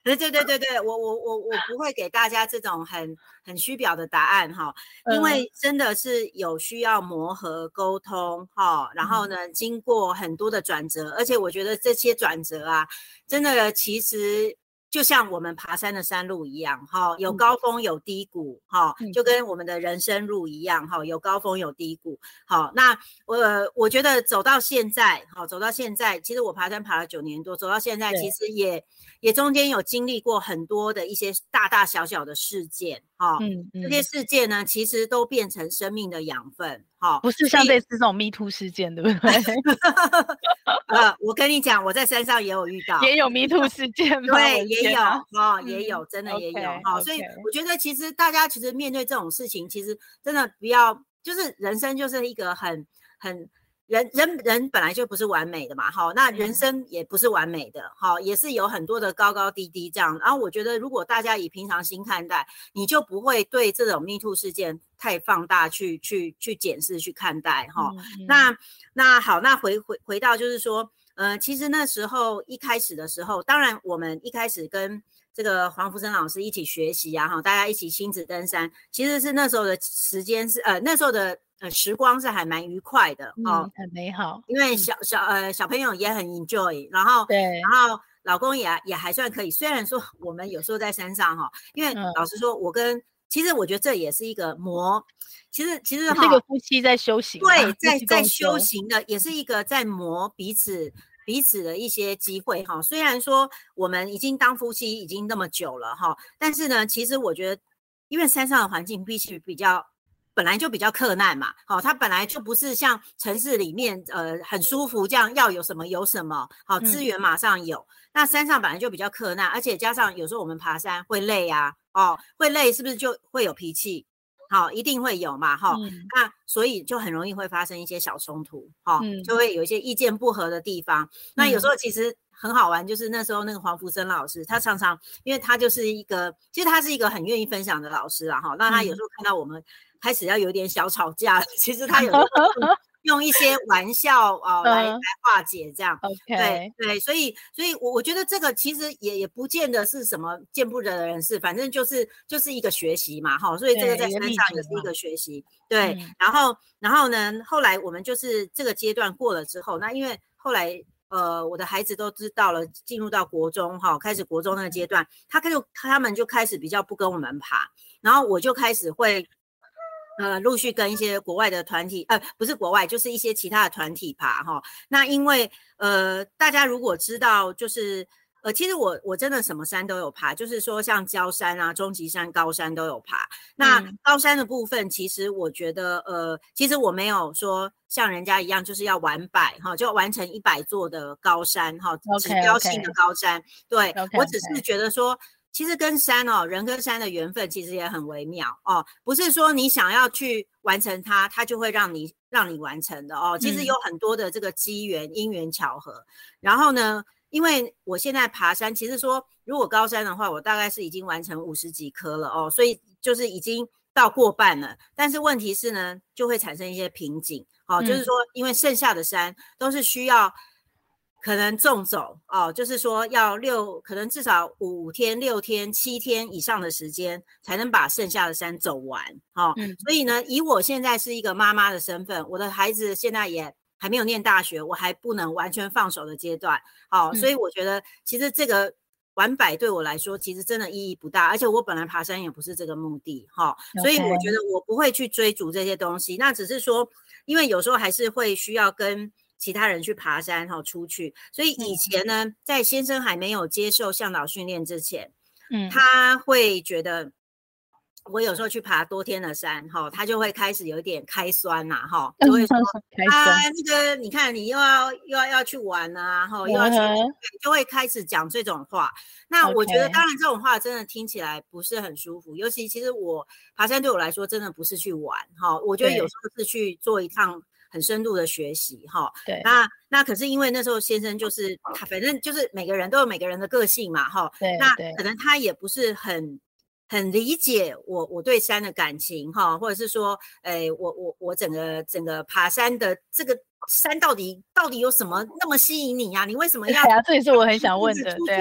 对，我不会给大家这种很虚表的答案哈，因为真的是有需要磨合沟通哈，然后呢，经过很多的转折，而且我觉得这些转折啊，真的其实就像我们爬山的山路一样哈，有高峰有低谷哈，就跟我们的人生路一样哈，有高峰有低谷。好，那我觉得走到现在，其实我爬山爬了9年多，走到现在其实也中间有经历过很多的一些大大小小的事件哈，这些事件呢，其实都变成生命的养分哈， 不是像类似这种 Me Too 事件，对不对？ 我跟你讲，我在山上也有遇到， 也有 Me Too 事件吗？ 对，也有也有，真的也有哈，所以我觉得其实大家其实面对这种事情，其实真的不要，就是人生就是一个很人本来就不是完美的嘛，哈，那人生也不是完美的，哈，也是有很多的高高低低这样。然后我觉得，如果大家以平常心看待，你就不会对这种 Me Too 事件太放大去检视去看待，哈。那好，那回到就是说，其实那时候一开始的时候，当然我们一开始跟这个黄福生老师一起学习啊，哈，大家一起亲子登山，其实是那时候的时间是那时候的。时光是还蛮愉快的哦， 很美好。 因为小朋友也很 enjoy， 然后老公也还算可以。虽然说我们有时候在山上哈，因为老实说，其实我觉得这也是一个其实哈， 是一个夫妻在修行， 对，在修行的，也是一个在磨彼此的一些机会哈。虽然说我们已经当夫妻已经那么久了哈，但是呢，其实我觉得，因为山上的环境本来就比较克难嘛，好，它本来就不是像城市里面很舒服这样，要有什么有什么，好，资源马上有。那山上本来就比较克难，而且加上有时候我们爬山会累啊，会累是不是就会有脾气？好，一定会有嘛，那所以就很容易会发生一些小冲突，就会有一些意见不合的地方。那有时候其实很好玩，就是那时候那个黄福生老师，他常常，因为他就是其实他是一个很愿意分享的老师啦，那他有时候看到我们开始要有点小吵架，其实他有时候用一些玩笑来化解这样。对，所以我觉得这个其实也不见得是什么见不得人事，反正就是一个学习嘛，所以这个在山上也是一个学习。对，然后呢，后来我们就是这个阶段过了之后，那因为后来我的孩子都知道了，进入到国中开始国中那个阶段，他们就开始比较不跟我们爬，然后我就开始会陆续跟一些国外的团体，不是国外，就是一些其他的团体爬哈。那因为大家如果知道，就是其实我真的什么山都有爬，就是说像礁山啊、终极山、高山都有爬。那高山的部分，其实我觉得其实我没有说像人家一样，就是要完百哈，就完成100座的高山哈，指标性的高山。对，我只是觉得说。其实跟山人跟山的缘分其实也很微妙不是说你想要去完成它就会让你完成的其实有很多的这个机缘因缘巧合。然后呢，因为我现在爬山，其实说如果高山的话，我大概是已经完成50几棵了所以就是已经到过半了。但是问题是呢，就会产生一些瓶颈就是说，因为剩下的山都是需要。可能纵走就是说要可能至少5天、6天、7天以上的时间才能把剩下的山走完所以呢，以我现在是一个妈妈的身份，我的孩子现在也还没有念大学，我还不能完全放手的阶段所以我觉得其实这个完百对我来说其实真的意义不大，而且我本来爬山也不是这个目的所以我觉得我不会去追逐这些东西，那只是说因为有时候还是会需要跟其他人去爬山出去，所以以前呢，在先生还没有接受向导训练之前，他会觉得我有时候去爬多天的山他就会开始有点开酸就会说那个你看你又要去玩啊又要去就会开始讲这种话。那我觉得当然这种话真的听起来不是很舒服，尤其我爬山对我来说真的不是去玩我觉得有时候是去做一趟很深度的学习对， 那可是因为那时候先生就是反正就是每个人都有每个人的个性嘛那可能他也不是很理解我对山的感情或者是说我整个爬山的这个山到底有什么那么吸引你啊？你为什么要这也是我很想问的。对啊，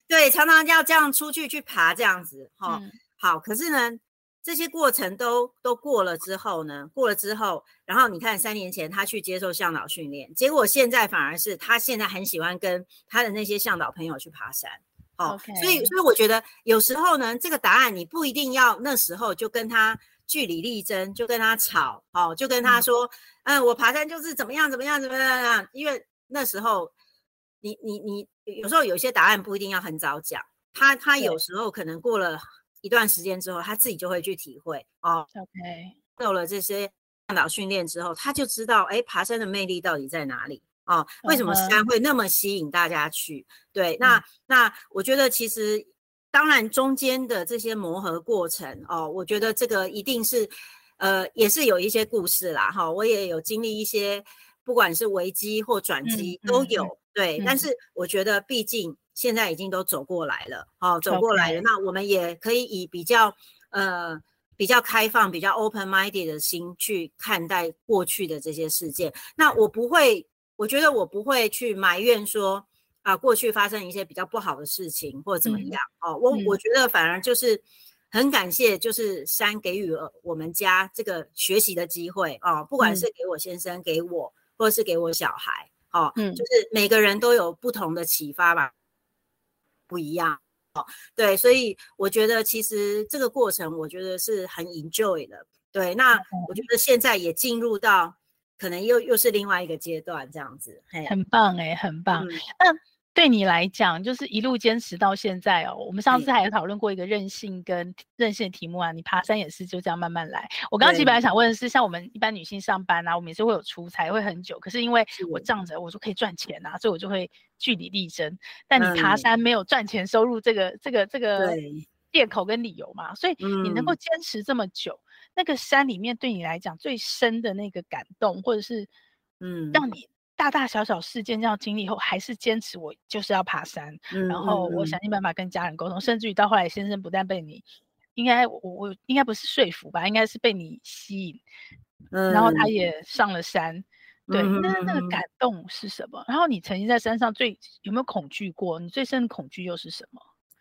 对，常常要这样出去爬这样子，好，可是呢，这些过程都过了之后，然后你看3年前他去接受向导训练，结果现在反而是他现在很喜欢跟他的那些向导朋友去爬山。所以我觉得有时候呢，这个答案你不一定要那时候就跟他据理力争，就跟他吵，就跟他说，我爬山就是怎么样，因为那时候你有时候有些答案不一定要很早讲，他有时候可能过了一段时间之后，他自己就会去体会有了这些向导训练之后，他就知道爬山的魅力到底在哪里。为什么山会那么吸引大家去？对，那我觉得其实当然中间的这些磨合过程我觉得这个一定是也是有一些故事啦我也有经历一些不管是危机或转机都有，对，但是我觉得毕竟现在已经都走过来了走过来了，那我们也可以以比较开放、比较 open minded 的心去看待过去的这些事件。那我觉得我不会去埋怨说过去发生一些比较不好的事情或者怎么样我觉得反而就是很感谢，就是山给予了我们家这个学习的机会不管是给我先生、给我，或者是给我小孩就是每个人都有不同的启发吧，不一样对，所以我觉得其实这个过程我觉得是很 enjoy 的。对，那我觉得现在也进入到可能又是另外一个阶段这样子。 很棒很棒。那对你来讲就是一路坚持到现在我们上次还有讨论过一个韧性跟韧性的题目你爬山也是就这样慢慢来。我刚刚基本上想问的是，像我们一般女性上班我们也是会有出差会很久，可是因为我仗着我说可以赚钱所以我就会据理力争，但你爬山没有赚钱收入这个借口跟理由嘛，所以你能够坚持这么久，那个山里面对你来讲最深的那个感动，或者是让你大大小小事件这样经历以后还是坚持我就是要爬山然后我想尽办法跟家人沟通，甚至于到后来先生不但被你我应该不是说服吧，应该是被你吸引然后他也上了山对那个感动是什么？然后你曾经在山上有没有恐惧过？你最深的恐惧又是什么？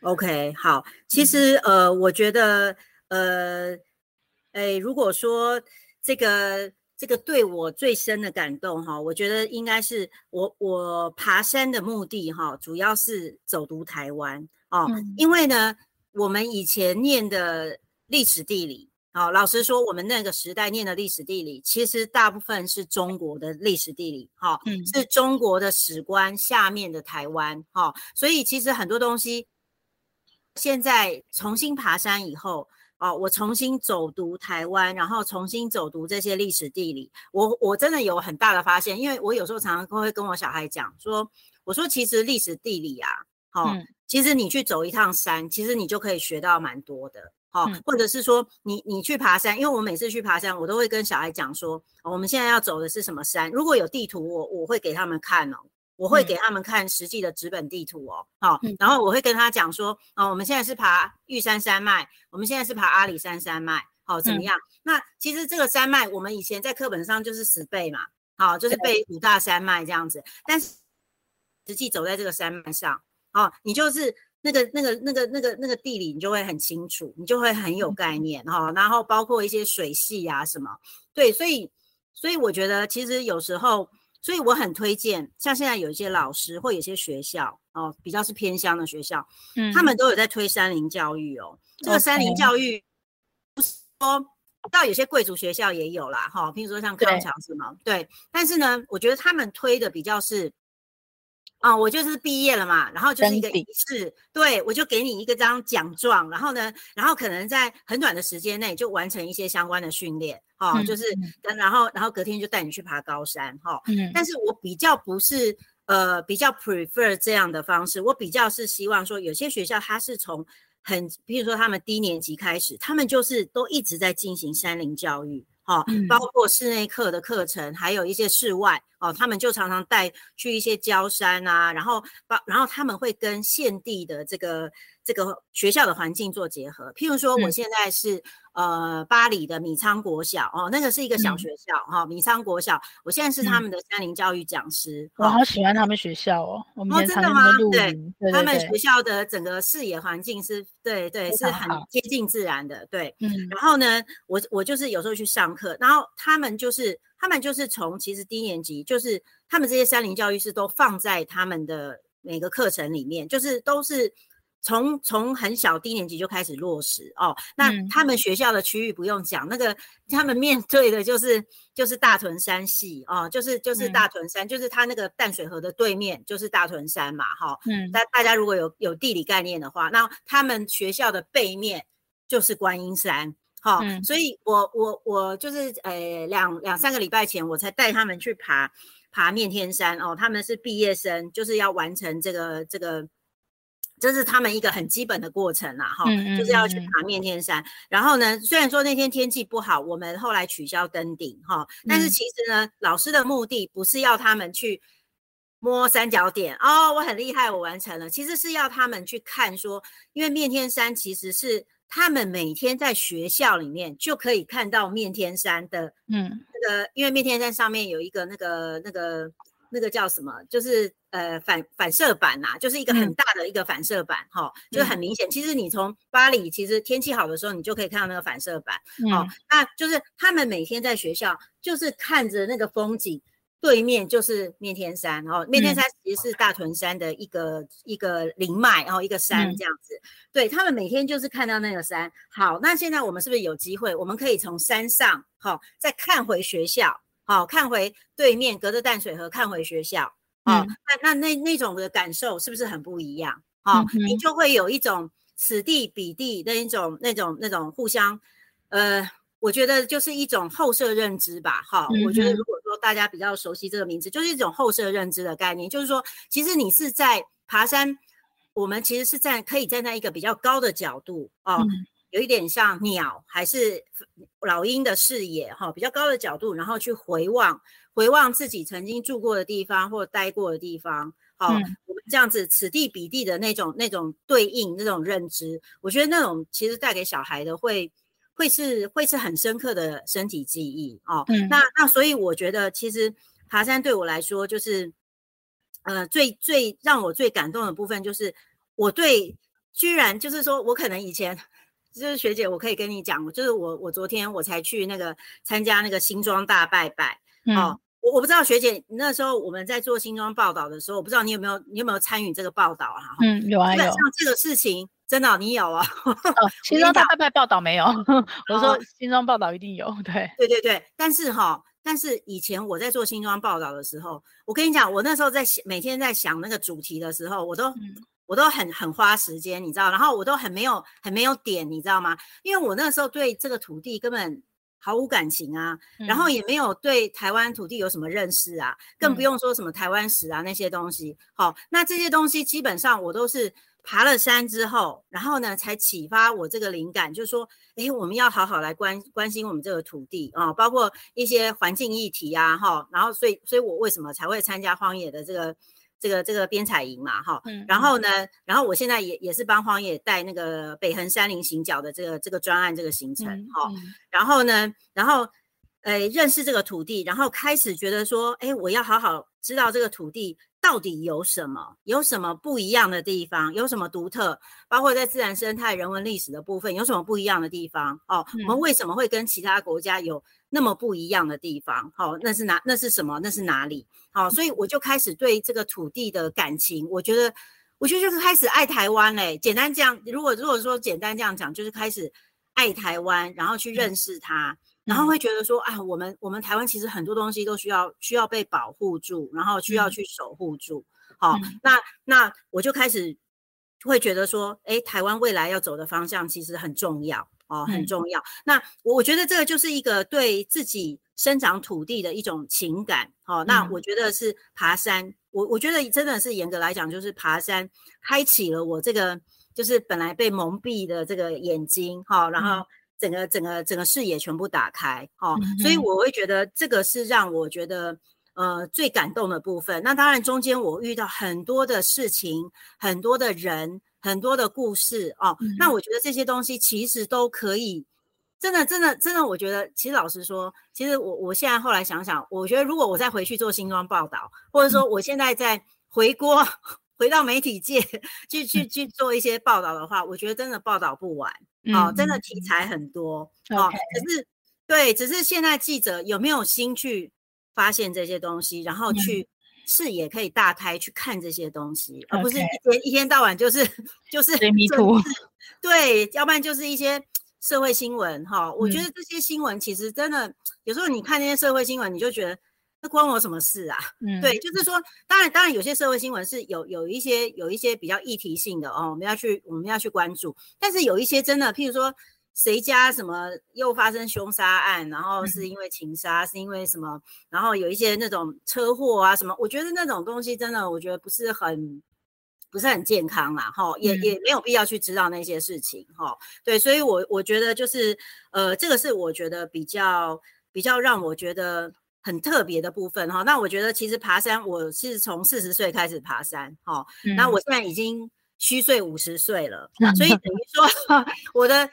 OK 好，其实我觉得如果说这个对我最深的感动我觉得应该是我爬山的目的主要是走读台湾因为呢我们以前念的历史地理老实说我们那个时代念的历史地理其实大部分是中国的历史地理是中国的史观下面的台湾所以其实很多东西现在重新爬山以后我重新走读台湾，然后重新走读这些历史地理，我真的有很大的发现，因为我有时候常常会跟我小孩讲说，我说其实历史地理其实你去走一趟山，其实你就可以学到蛮多的或者是说你去爬山，因为我每次去爬山，我都会跟小孩讲说，我们现在要走的是什么山，如果有地图我会给他们看我会给他们看实际的纸本地图然后我会跟他讲说我们现在是爬玉山山脉，我们现在是爬阿里山山脉怎么样那其实这个山脉我们以前在课本上就是死背嘛就是背五大山脉这样子，但是实际走在这个山脉上你就是那个地理你就会很清楚，你就会很有概念然后包括一些水系什么对，所以我觉得其实有时候所以我很推荐像现在有一些老师或有些学校比较是偏乡的学校他们都有在推山林教育这个山林教育不是说到有些贵族学校也有啦譬如说像康桥什么对，但是呢我觉得他们推的比较是我就是毕业了嘛，然后就是一个仪式，对，我就给你一个张奖状，然后呢，可能在很短的时间内就完成一些相关的训练，就是然后隔天就带你去爬高山，但是我比较不是比较 prefer 这样的方式，我比较是希望说有些学校它是从比如说他们低年级开始，他们就是都一直在进行山林教育。包括室内课的课程，还有一些室外他们就常常带去一些郊山然后他们会跟现地的这这个学校的环境做结合。譬如说我现在是巴黎的米仓国小那个是一个小学校米仓国小，我现在是他们的山林教育讲师。 我好喜欢他们学校我们以前常真的吗？ 对， 他们学校的整个视野环境是对是很接近自然的，对。然后呢，我就是有时候去上课，然后他们就是从其实低年级，就是他们这些山林教育是都放在他们的每个课程里面，就是都是从很小低年级就开始落实那他们学校的区域不用讲，那个他们面对的就是大屯山系就是大屯山，就是他那个淡水河的对面就是大屯山嘛大家如果有地理概念的话，那他们学校的背面就是观音山所以我就是两三个礼拜前我才带他们去爬面天山他们是毕业生，就是要完成这个这是他们一个很基本的过程啦就是要去爬面天山。然后呢，虽然说那天天气不好，我们后来取消登顶但是其实呢，老师的目的不是要他们去摸三角点我很厉害我完成了，其实是要他们去看说，因为面天山其实是他们每天在学校里面就可以看到面天山的那个，因为面天山上面有一个那个叫什么，就是反射板就是一个很大的一个反射板就是很明显其实你从巴黎其实天气好的时候你就可以看到那个反射板那就是他们每天在学校就是看着那个风景，对面就是面天山面天山其实是大屯山的一个灵脉一个山这样子对，他们每天就是看到那个山。好，那现在我们是不是有机会我们可以从山上再看回学校看回对面隔着淡水河看回学校那种的感受是不是很不一样你就会有一种此地彼地的那种互相我觉得就是一种后设认知吧我觉得如果说大家比较熟悉这个名字，就是一种后设认知的概念，就是说其实你是在爬山，我们其实是可以站在一个比较高的角度有一点像鸟还是老鹰的视野比较高的角度，然后去回望自己曾经住过的地方或待过的地方我们这样子此地彼地的那种对应那种认知，我觉得那种其实带给小孩的会是很深刻的身体记忆那所以我觉得其实爬山对我来说就是最让我最感动的部分，就是我对居然就是说我可能以前就是学姐我可以跟你讲，就是我昨天我才去那个参加那个新庄大拜拜我不知道学姐那时候我们在做新庄报道的时候，我不知道你有没有参与这个报道有啊， 有。像这个事情真的你有新庄大拜拜报道没有我说新庄报道一定有对，但是以前我在做新庄报道的时候，我跟你讲，我那时候每天在想那个主题的时候，我都很花时间，你知道，然后我都很没有点，你知道吗？因为我那时候对这个土地根本毫无感情然后也没有对台湾土地有什么认识更不用说什么台湾史那些东西那这些东西基本上我都是爬了山之后，然后呢才启发我这个灵感，就是说我们要好好来关心我们这个土地包括一些环境议题然后所以我为什么才会参加荒野的这个编采营嘛然后呢，然后我现在也是帮荒野带那个北横山林行脚的这个专案这个行程然后呢，认识这个土地，然后开始觉得说我要好好知道这个土地到底有什么不一样的地方，有什么独特，包括在自然生态人文历史的部分有什么不一样的地方我们为什么会跟其他国家有那么不一样的地方那是什么，那是哪里所以我就开始对这个土地的感情，我觉得就是开始爱台湾简单这样，如果说简单这样讲，就是开始爱台湾，然后去认识它然后会觉得说我们台湾其实很多东西都需要被保护住，然后需要去守护住那我就开始会觉得说台湾未来要走的方向其实很重要很重要那我觉得这个就是一个对自己生长土地的一种情感那我觉得是爬山，我觉得真的是严格来讲就是爬山开启了我这个就是本来被蒙蔽的这个眼睛然后整个视野全部打开所以我会觉得这个是让我觉得最感动的部分。那当然中间我遇到很多的事情，很多的人， 很多的故事哦。那我觉得这些东西其实都可以，真的，我觉得其实老实说，其实我现在后来想想，我觉得如果我再回去做新庄报道，或者说我现在再回到媒体界去做一些报道的话，我觉得真的报道不完。真的题材很多只是现在记者有没有心去发现这些东西，然后去视野可以大开去看这些东西，而不是一天到晚就是迷途， 对，要不然就是一些社会新闻我觉得这些新闻其实真的有时候你看那些社会新闻，你就觉得那关我什么事啊？对，就是说，当然有些社会新闻是有一些比较议题性的我们要去关注，但是有一些真的，譬如说谁家什么又发生凶杀案，然后是因为情杀，是因为什么，然后有一些那种车祸啊什么，我觉得那种东西真的，我觉得不是很健康啦也没有必要去知道那些事情对，所以我觉得就是这个是我觉得比较让我觉得很特别的部分那我觉得其实爬山我是从40岁开始爬山那我现在已经虚岁50岁了，所以等于说我的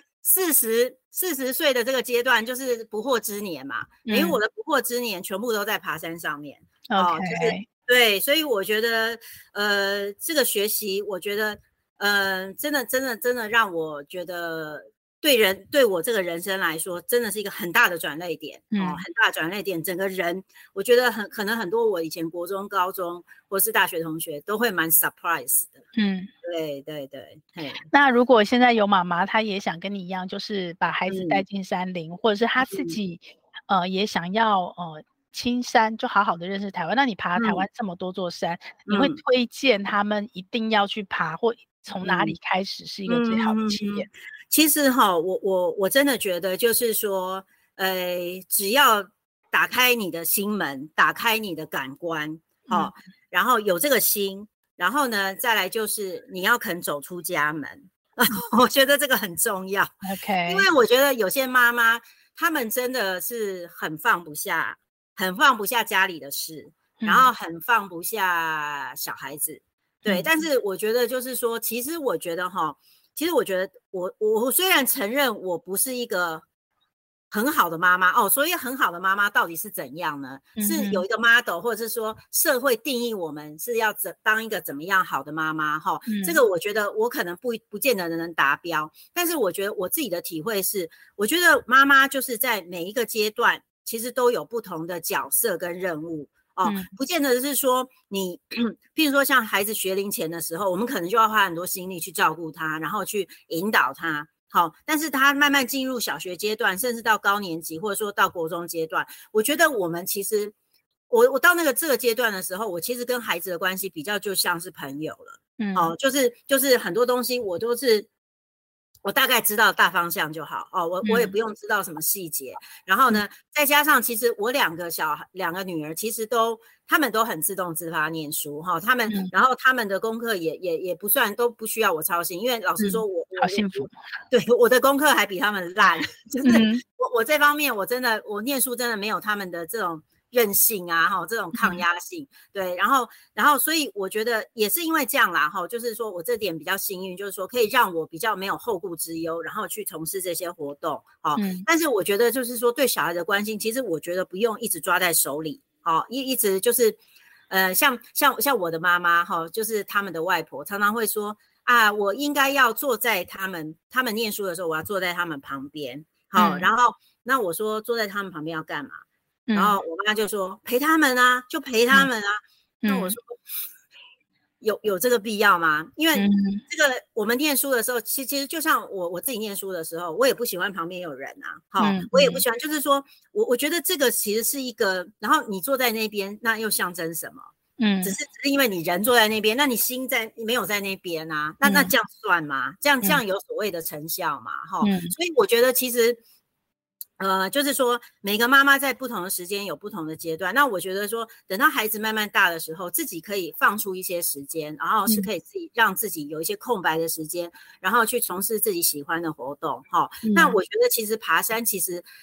40岁的这个阶段就是不惑之年嘛，等于我的不惑之年全部都在爬山上面就是对，所以我觉得这个学习我觉得真的让我觉得对我这个人生来说真的是一个很大的转捩点很大的转捩点，整个人我觉得可能很多我以前国中高中或是大学同学都会蛮 surprise 的对那如果现在有妈妈她也想跟你一样，就是把孩子带进山林或者是她自己也想要青山，就好好的认识台湾，那你爬台湾这么多座山你会推荐他们一定要去爬或从哪里开始是一个最好的起点？ 其实我真的觉得就是说只要打开你的心门，打开你的感官然后有这个心，然后呢再来就是你要肯走出家门我觉得这个很重要因为我觉得有些妈妈她们真的是很放不下家里的事然后很放不下小孩子对但是我觉得就是说其实我觉得我虽然承认我不是一个很好的妈妈所以很好的妈妈到底是怎样呢是有一个 model 或者是说社会定义我们是要当一个怎么样好的妈妈这个我觉得我可能不见得能达标，但是我觉得我自己的体会是我觉得妈妈就是在每一个阶段其实都有不同的角色跟任务不见得是说你譬如说像孩子学龄前的时候我们可能就要花很多心力去照顾他，然后去引导他但是他慢慢进入小学阶段甚至到高年级或者说到国中阶段，我觉得我们其实我到这个阶段的时候，我其实跟孩子的关系比较就像是朋友了就是很多东西我都是我大概知道大方向就好我也不用知道什么细节然后呢再加上其实我两个女儿其实他们都很自动自发念书他们然后他们的功课也不算都不需要我操心，因为老实说我好幸福对我的功课还比他们烂就是我这方面我念书真的没有他们的这种韧性啊这种抗压性对然后所以我觉得也是因为这样啦就是说我这点比较幸运，就是说可以让我比较没有后顾之忧，然后去从事这些活动但是我觉得就是说对小孩的关心其实我觉得不用一直抓在手里一直就是像我的妈妈就是他们的外婆常常会说我应该要坐在他们念书的时候我要坐在他们旁边然后那我说坐在他们旁边要干嘛然后我妈就说陪他们啊，就陪他们啊那我说有这个必要吗？因为这个我们念书的时候其实就像我自己念书的时候我也不喜欢旁边有人我也不喜欢就是说我觉得这个其实是一个然后你坐在那边那又象征什么只是因为你人坐在那边，那你心没有在那边啊那这样算吗？这样有所谓的成效嘛所以我觉得其实就是说每个妈妈在不同的时间有不同的阶段，那我觉得说等到孩子慢慢大的时候自己可以放出一些时间，然后是可以自己让自己有一些空白的时间，然后去从事自己喜欢的活动那我觉得其实爬山其实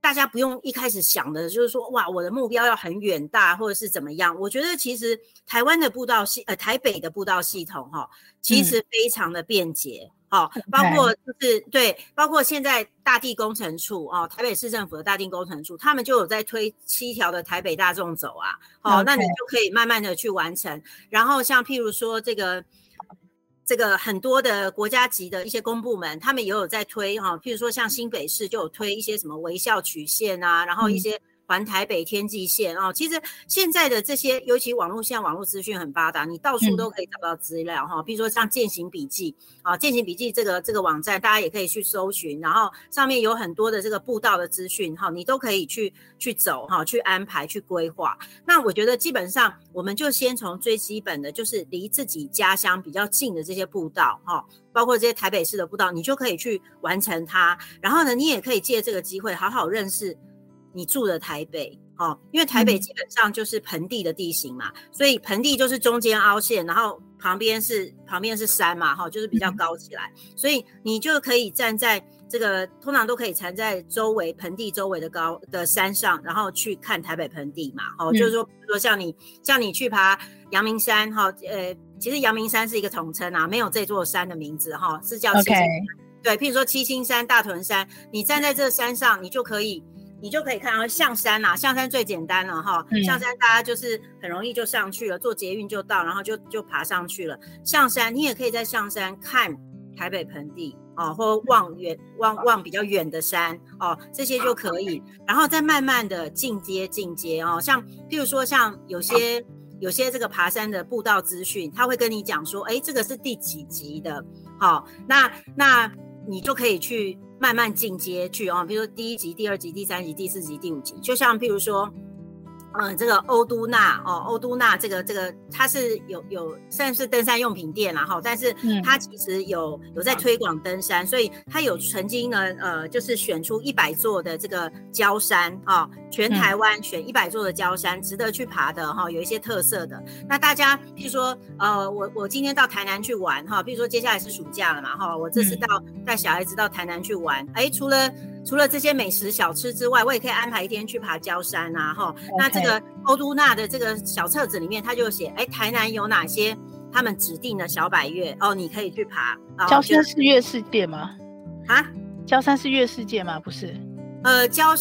大家不用一开始想的就是说哇，我的目标要很远大或者是怎么样。我觉得其实台湾的步道台北的步道系统其实非常的便捷。包括就是对，包括现在大地工程处台北市政府的大地工程处，他们就有在推7条的台北大众走啊，那你就可以慢慢的去完成。然后像譬如说这个很多的国家级的一些公部门，他们也有在推譬如说像新北市就有推一些什么微笑曲线啊，然后一些环台北天际线其实现在的这些，尤其现在网络资讯很发达，你到处都可以找到资料比如说像健行笔记健行笔记这个网站，大家也可以去搜寻，然后上面有很多的这个步道的资讯你都可以去走去安排去规划。那我觉得基本上我们就先从最基本的，就是离自己家乡比较近的这些步道包括这些台北市的步道，你就可以去完成它。然后呢，你也可以借这个机会好好认识你住的台北因为台北基本上就是盆地的地形嘛，所以盆地就是中间凹陷，然后旁边是山嘛就是比较高起来，所以你就可以站在这个通常都可以站在盆地周围的山上，然后去看台北盆地嘛就是说比如说像你去爬阳明山其实阳明山是一个统称没有这座山的名字是叫七星山对，譬如说七星山、大屯山，你站在这山上，你就可以看到象山象山最简单了象山大家就是很容易就上去了，坐捷运就到，然后就爬上去了。象山你也可以在象山看台北盆地或望比较远的山这些就可以，然后再慢慢的进阶像譬如说像有些这个爬山的步道资讯，他会跟你讲说这个是第几级的那你就可以去慢慢进阶去比如说第1级、第2级、第3级、第4级、第5级，就像譬如说这个欧都纳这个它是有算是登山用品店啦但是它其实有在推广登山，所以它有曾经呢就是选出100座的这个郊山全台湾选100座的郊山值得去爬的有一些特色的。那大家譬如说我今天到台南去玩譬如说接下来是暑假了嘛我这次带小孩子到台南去玩除了这些美食小吃之外，我也可以安排一天去爬郊山那这个欧都纳的这个小册子里面，他就写台南有哪些他们指定的小百岳你可以去爬。 郊山是越世界吗？郊山是越世界吗？不是。 郊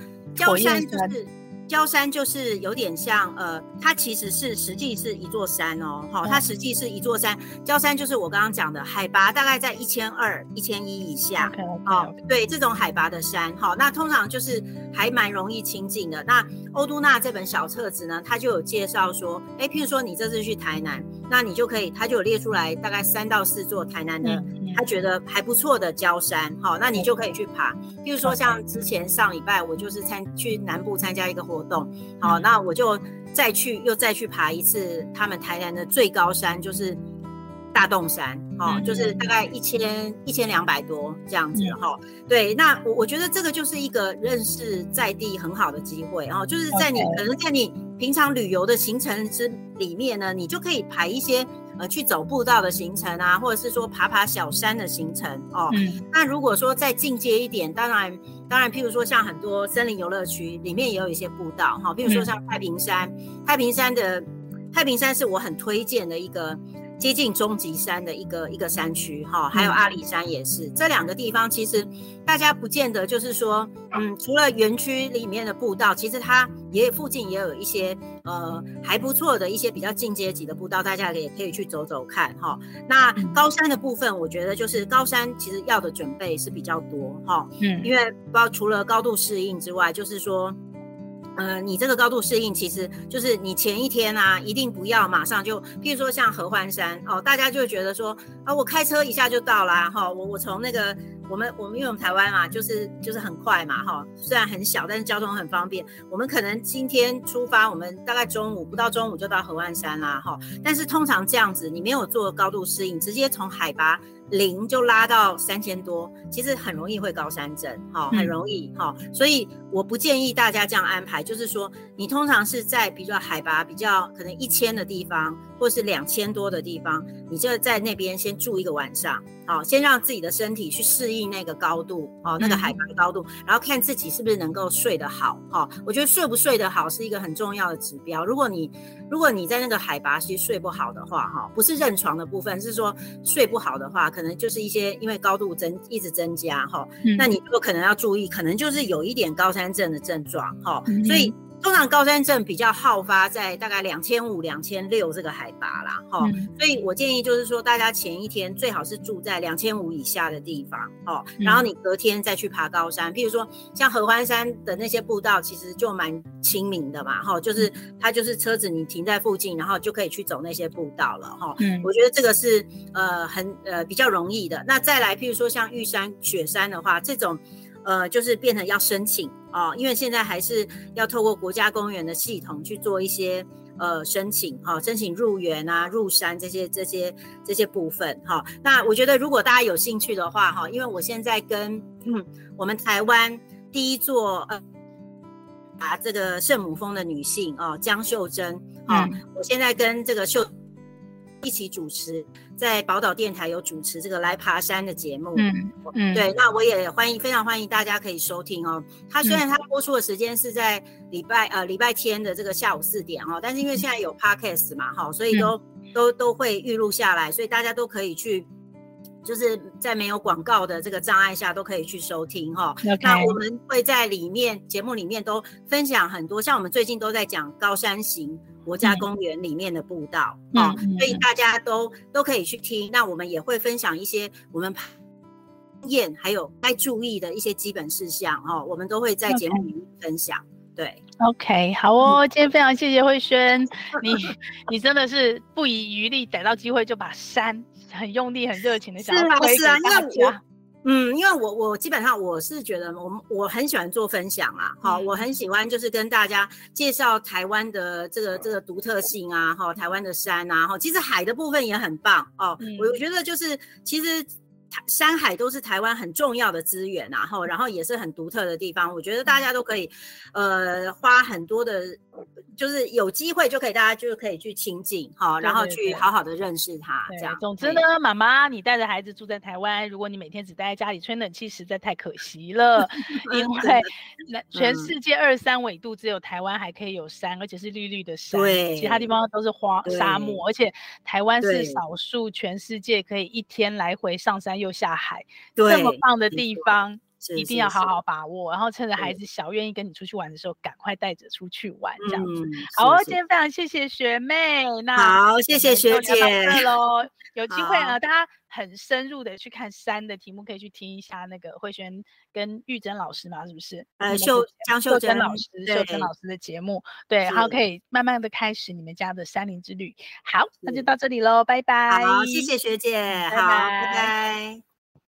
山就是有点像它其实是实际是一座山它实际是一座山。郊山就是我刚刚讲的海拔大概在1200、1100以下对，这种海拔的山那通常就是还蛮容易亲近的。那欧都纳这本小册子呢，它就有介绍说譬如说你这次去台南，那你就可以，它就有列出来大概3到4座台南的他觉得还不错的郊山那你就可以去爬。譬如说像之前上礼拜我就是去南部参加一个活动那我就再去爬一次他们台南的最高山，就是大洞山就是大概1200多这样子对，那我觉得这个就是一个认识在地很好的机会就是可能在你平常旅游的行程里面呢，你就可以排一些去走步道的行程或者是说爬小山的行程那如果说再进阶一点，当然譬如说像很多森林游乐区里面也有一些步道譬如说像太平山是我很推荐的一个接近终极山的一个山区还有阿里山也是。这2个地方其实大家不见得就是说除了园区里面的步道，其实它附近也有一些还不错的一些比较进阶级的步道，大家也可以去走走看那高山的部分，我觉得就是高山其实要的准备是比较多因为除了高度适应之外，就是说你这个高度适应其实就是你前一天一定不要马上就，譬如说像合欢山大家就会觉得说我开车一下就到啦我从那个我们因为我们台湾嘛就是很快嘛虽然很小，但是交通很方便。我们可能今天出发，我们大概不到中午就到合欢山啦但是通常这样子，你没有做高度适应，直接从海拔 0就拉到3000多，其实很容易会高山症，很容易，所以我不建议大家这样安排，就是说你通常是在比如说海拔比较可能1000的地方，或是2000多的地方，你就在那边先住一个晚上，先让自己的身体去适应那个高度，那个海拔的高度，然后看自己是不是能够睡得好，我觉得睡不睡得好是一个很重要的指标。如果你在那个海拔其实睡不好的话，不是认床的部分，是说睡不好的话，可能就是一些因为高度一直增加，那你就可能要注意，可能就是有一点高山症的症状，所以通常高山症比较好发在大概2500、2600这个海拔啦，所以我建议就是说，大家前一天最好是住在2500以下的地方，然后你隔天再去爬高山。譬如说像合欢山的那些步道，其实就蛮亲民的嘛，就是它就是车子你停在附近，然后就可以去走那些步道了，我觉得这个是比较容易的。那再来，譬如说像玉山、雪山的话，这种就是变成要申请。因为现在还是要透过国家公园的系统去做一些申请入园啊、入山这些部分那我觉得如果大家有兴趣的话因为我现在跟我们台湾第一座这个圣母峰的女性江秀珍我现在跟这个秀一起主持，在宝岛电台有主持这个来爬山的节目，对，那我也非常欢迎大家可以收听它虽然它播出的时间是在礼拜天的这个下午4点但是因为现在有 podcast 嘛所以都会预录下来，所以大家都可以去。就是在没有广告的这个障碍下都可以去收听那我们会在节目里面都分享很多，像我们最近都在讲高山行国家公园里面的步道所以大家都可以去听。那我们也会分享一些我们验还有该注意的一些基本事项我们都会在节目里面分享。对 ，OK， 好今天非常谢谢慧萱，你真的是不遗余力，逮到机会就把山很用力、很热情的想要推给大家。 因为我基本上我是觉得我很喜欢做分享我很喜欢就是跟大家介绍台湾的这个独特性台湾的山其实海的部分也很棒我觉得就是其实。山海都是台湾很重要的资源然后也是很独特的地方，我觉得大家都可以花很多的就是有机会大家就可以去亲近然后去好好的认识它这样。 总之呢，妈妈你带着孩子住在台湾，如果你每天只待在家里吹冷气实在太可惜了因为全世界23纬度只有台湾还可以有山，而且是绿绿的山，其他地方都是沙漠，而且台湾是少数全世界可以一天来回上山又下海这么棒的地方，一定要好好把握，然后趁着孩子小愿意跟你出去玩的时候赶快带着出去玩这样子。好今天非常谢谢学妹， 好谢谢学姐有机会大家很深入的去看山的题目可以去听一下那个慧萱跟玉珍老师嘛，是不是江秀珍老师的节目，对，然后可以慢慢的开始你们家的山林之旅。好，那就到这里咯，拜拜。 好，谢谢学姐，好，拜拜。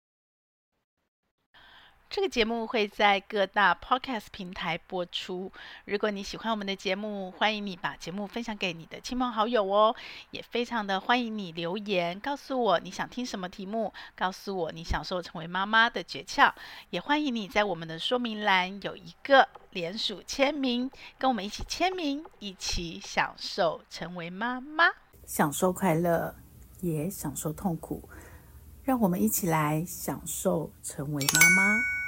这个节目会在各大 Podcast 平台播出。如果你喜欢我们的节目，欢迎你把节目分享给你的亲朋好友也非常的欢迎你留言告诉我你想听什么题目，告诉我你享受成为妈妈的诀窍，也欢迎你在我们的说明栏有一个联署签名，跟我们一起签名，一起享受成为妈妈， 享受快乐，也享受痛苦，让我们一起来享受成为妈妈。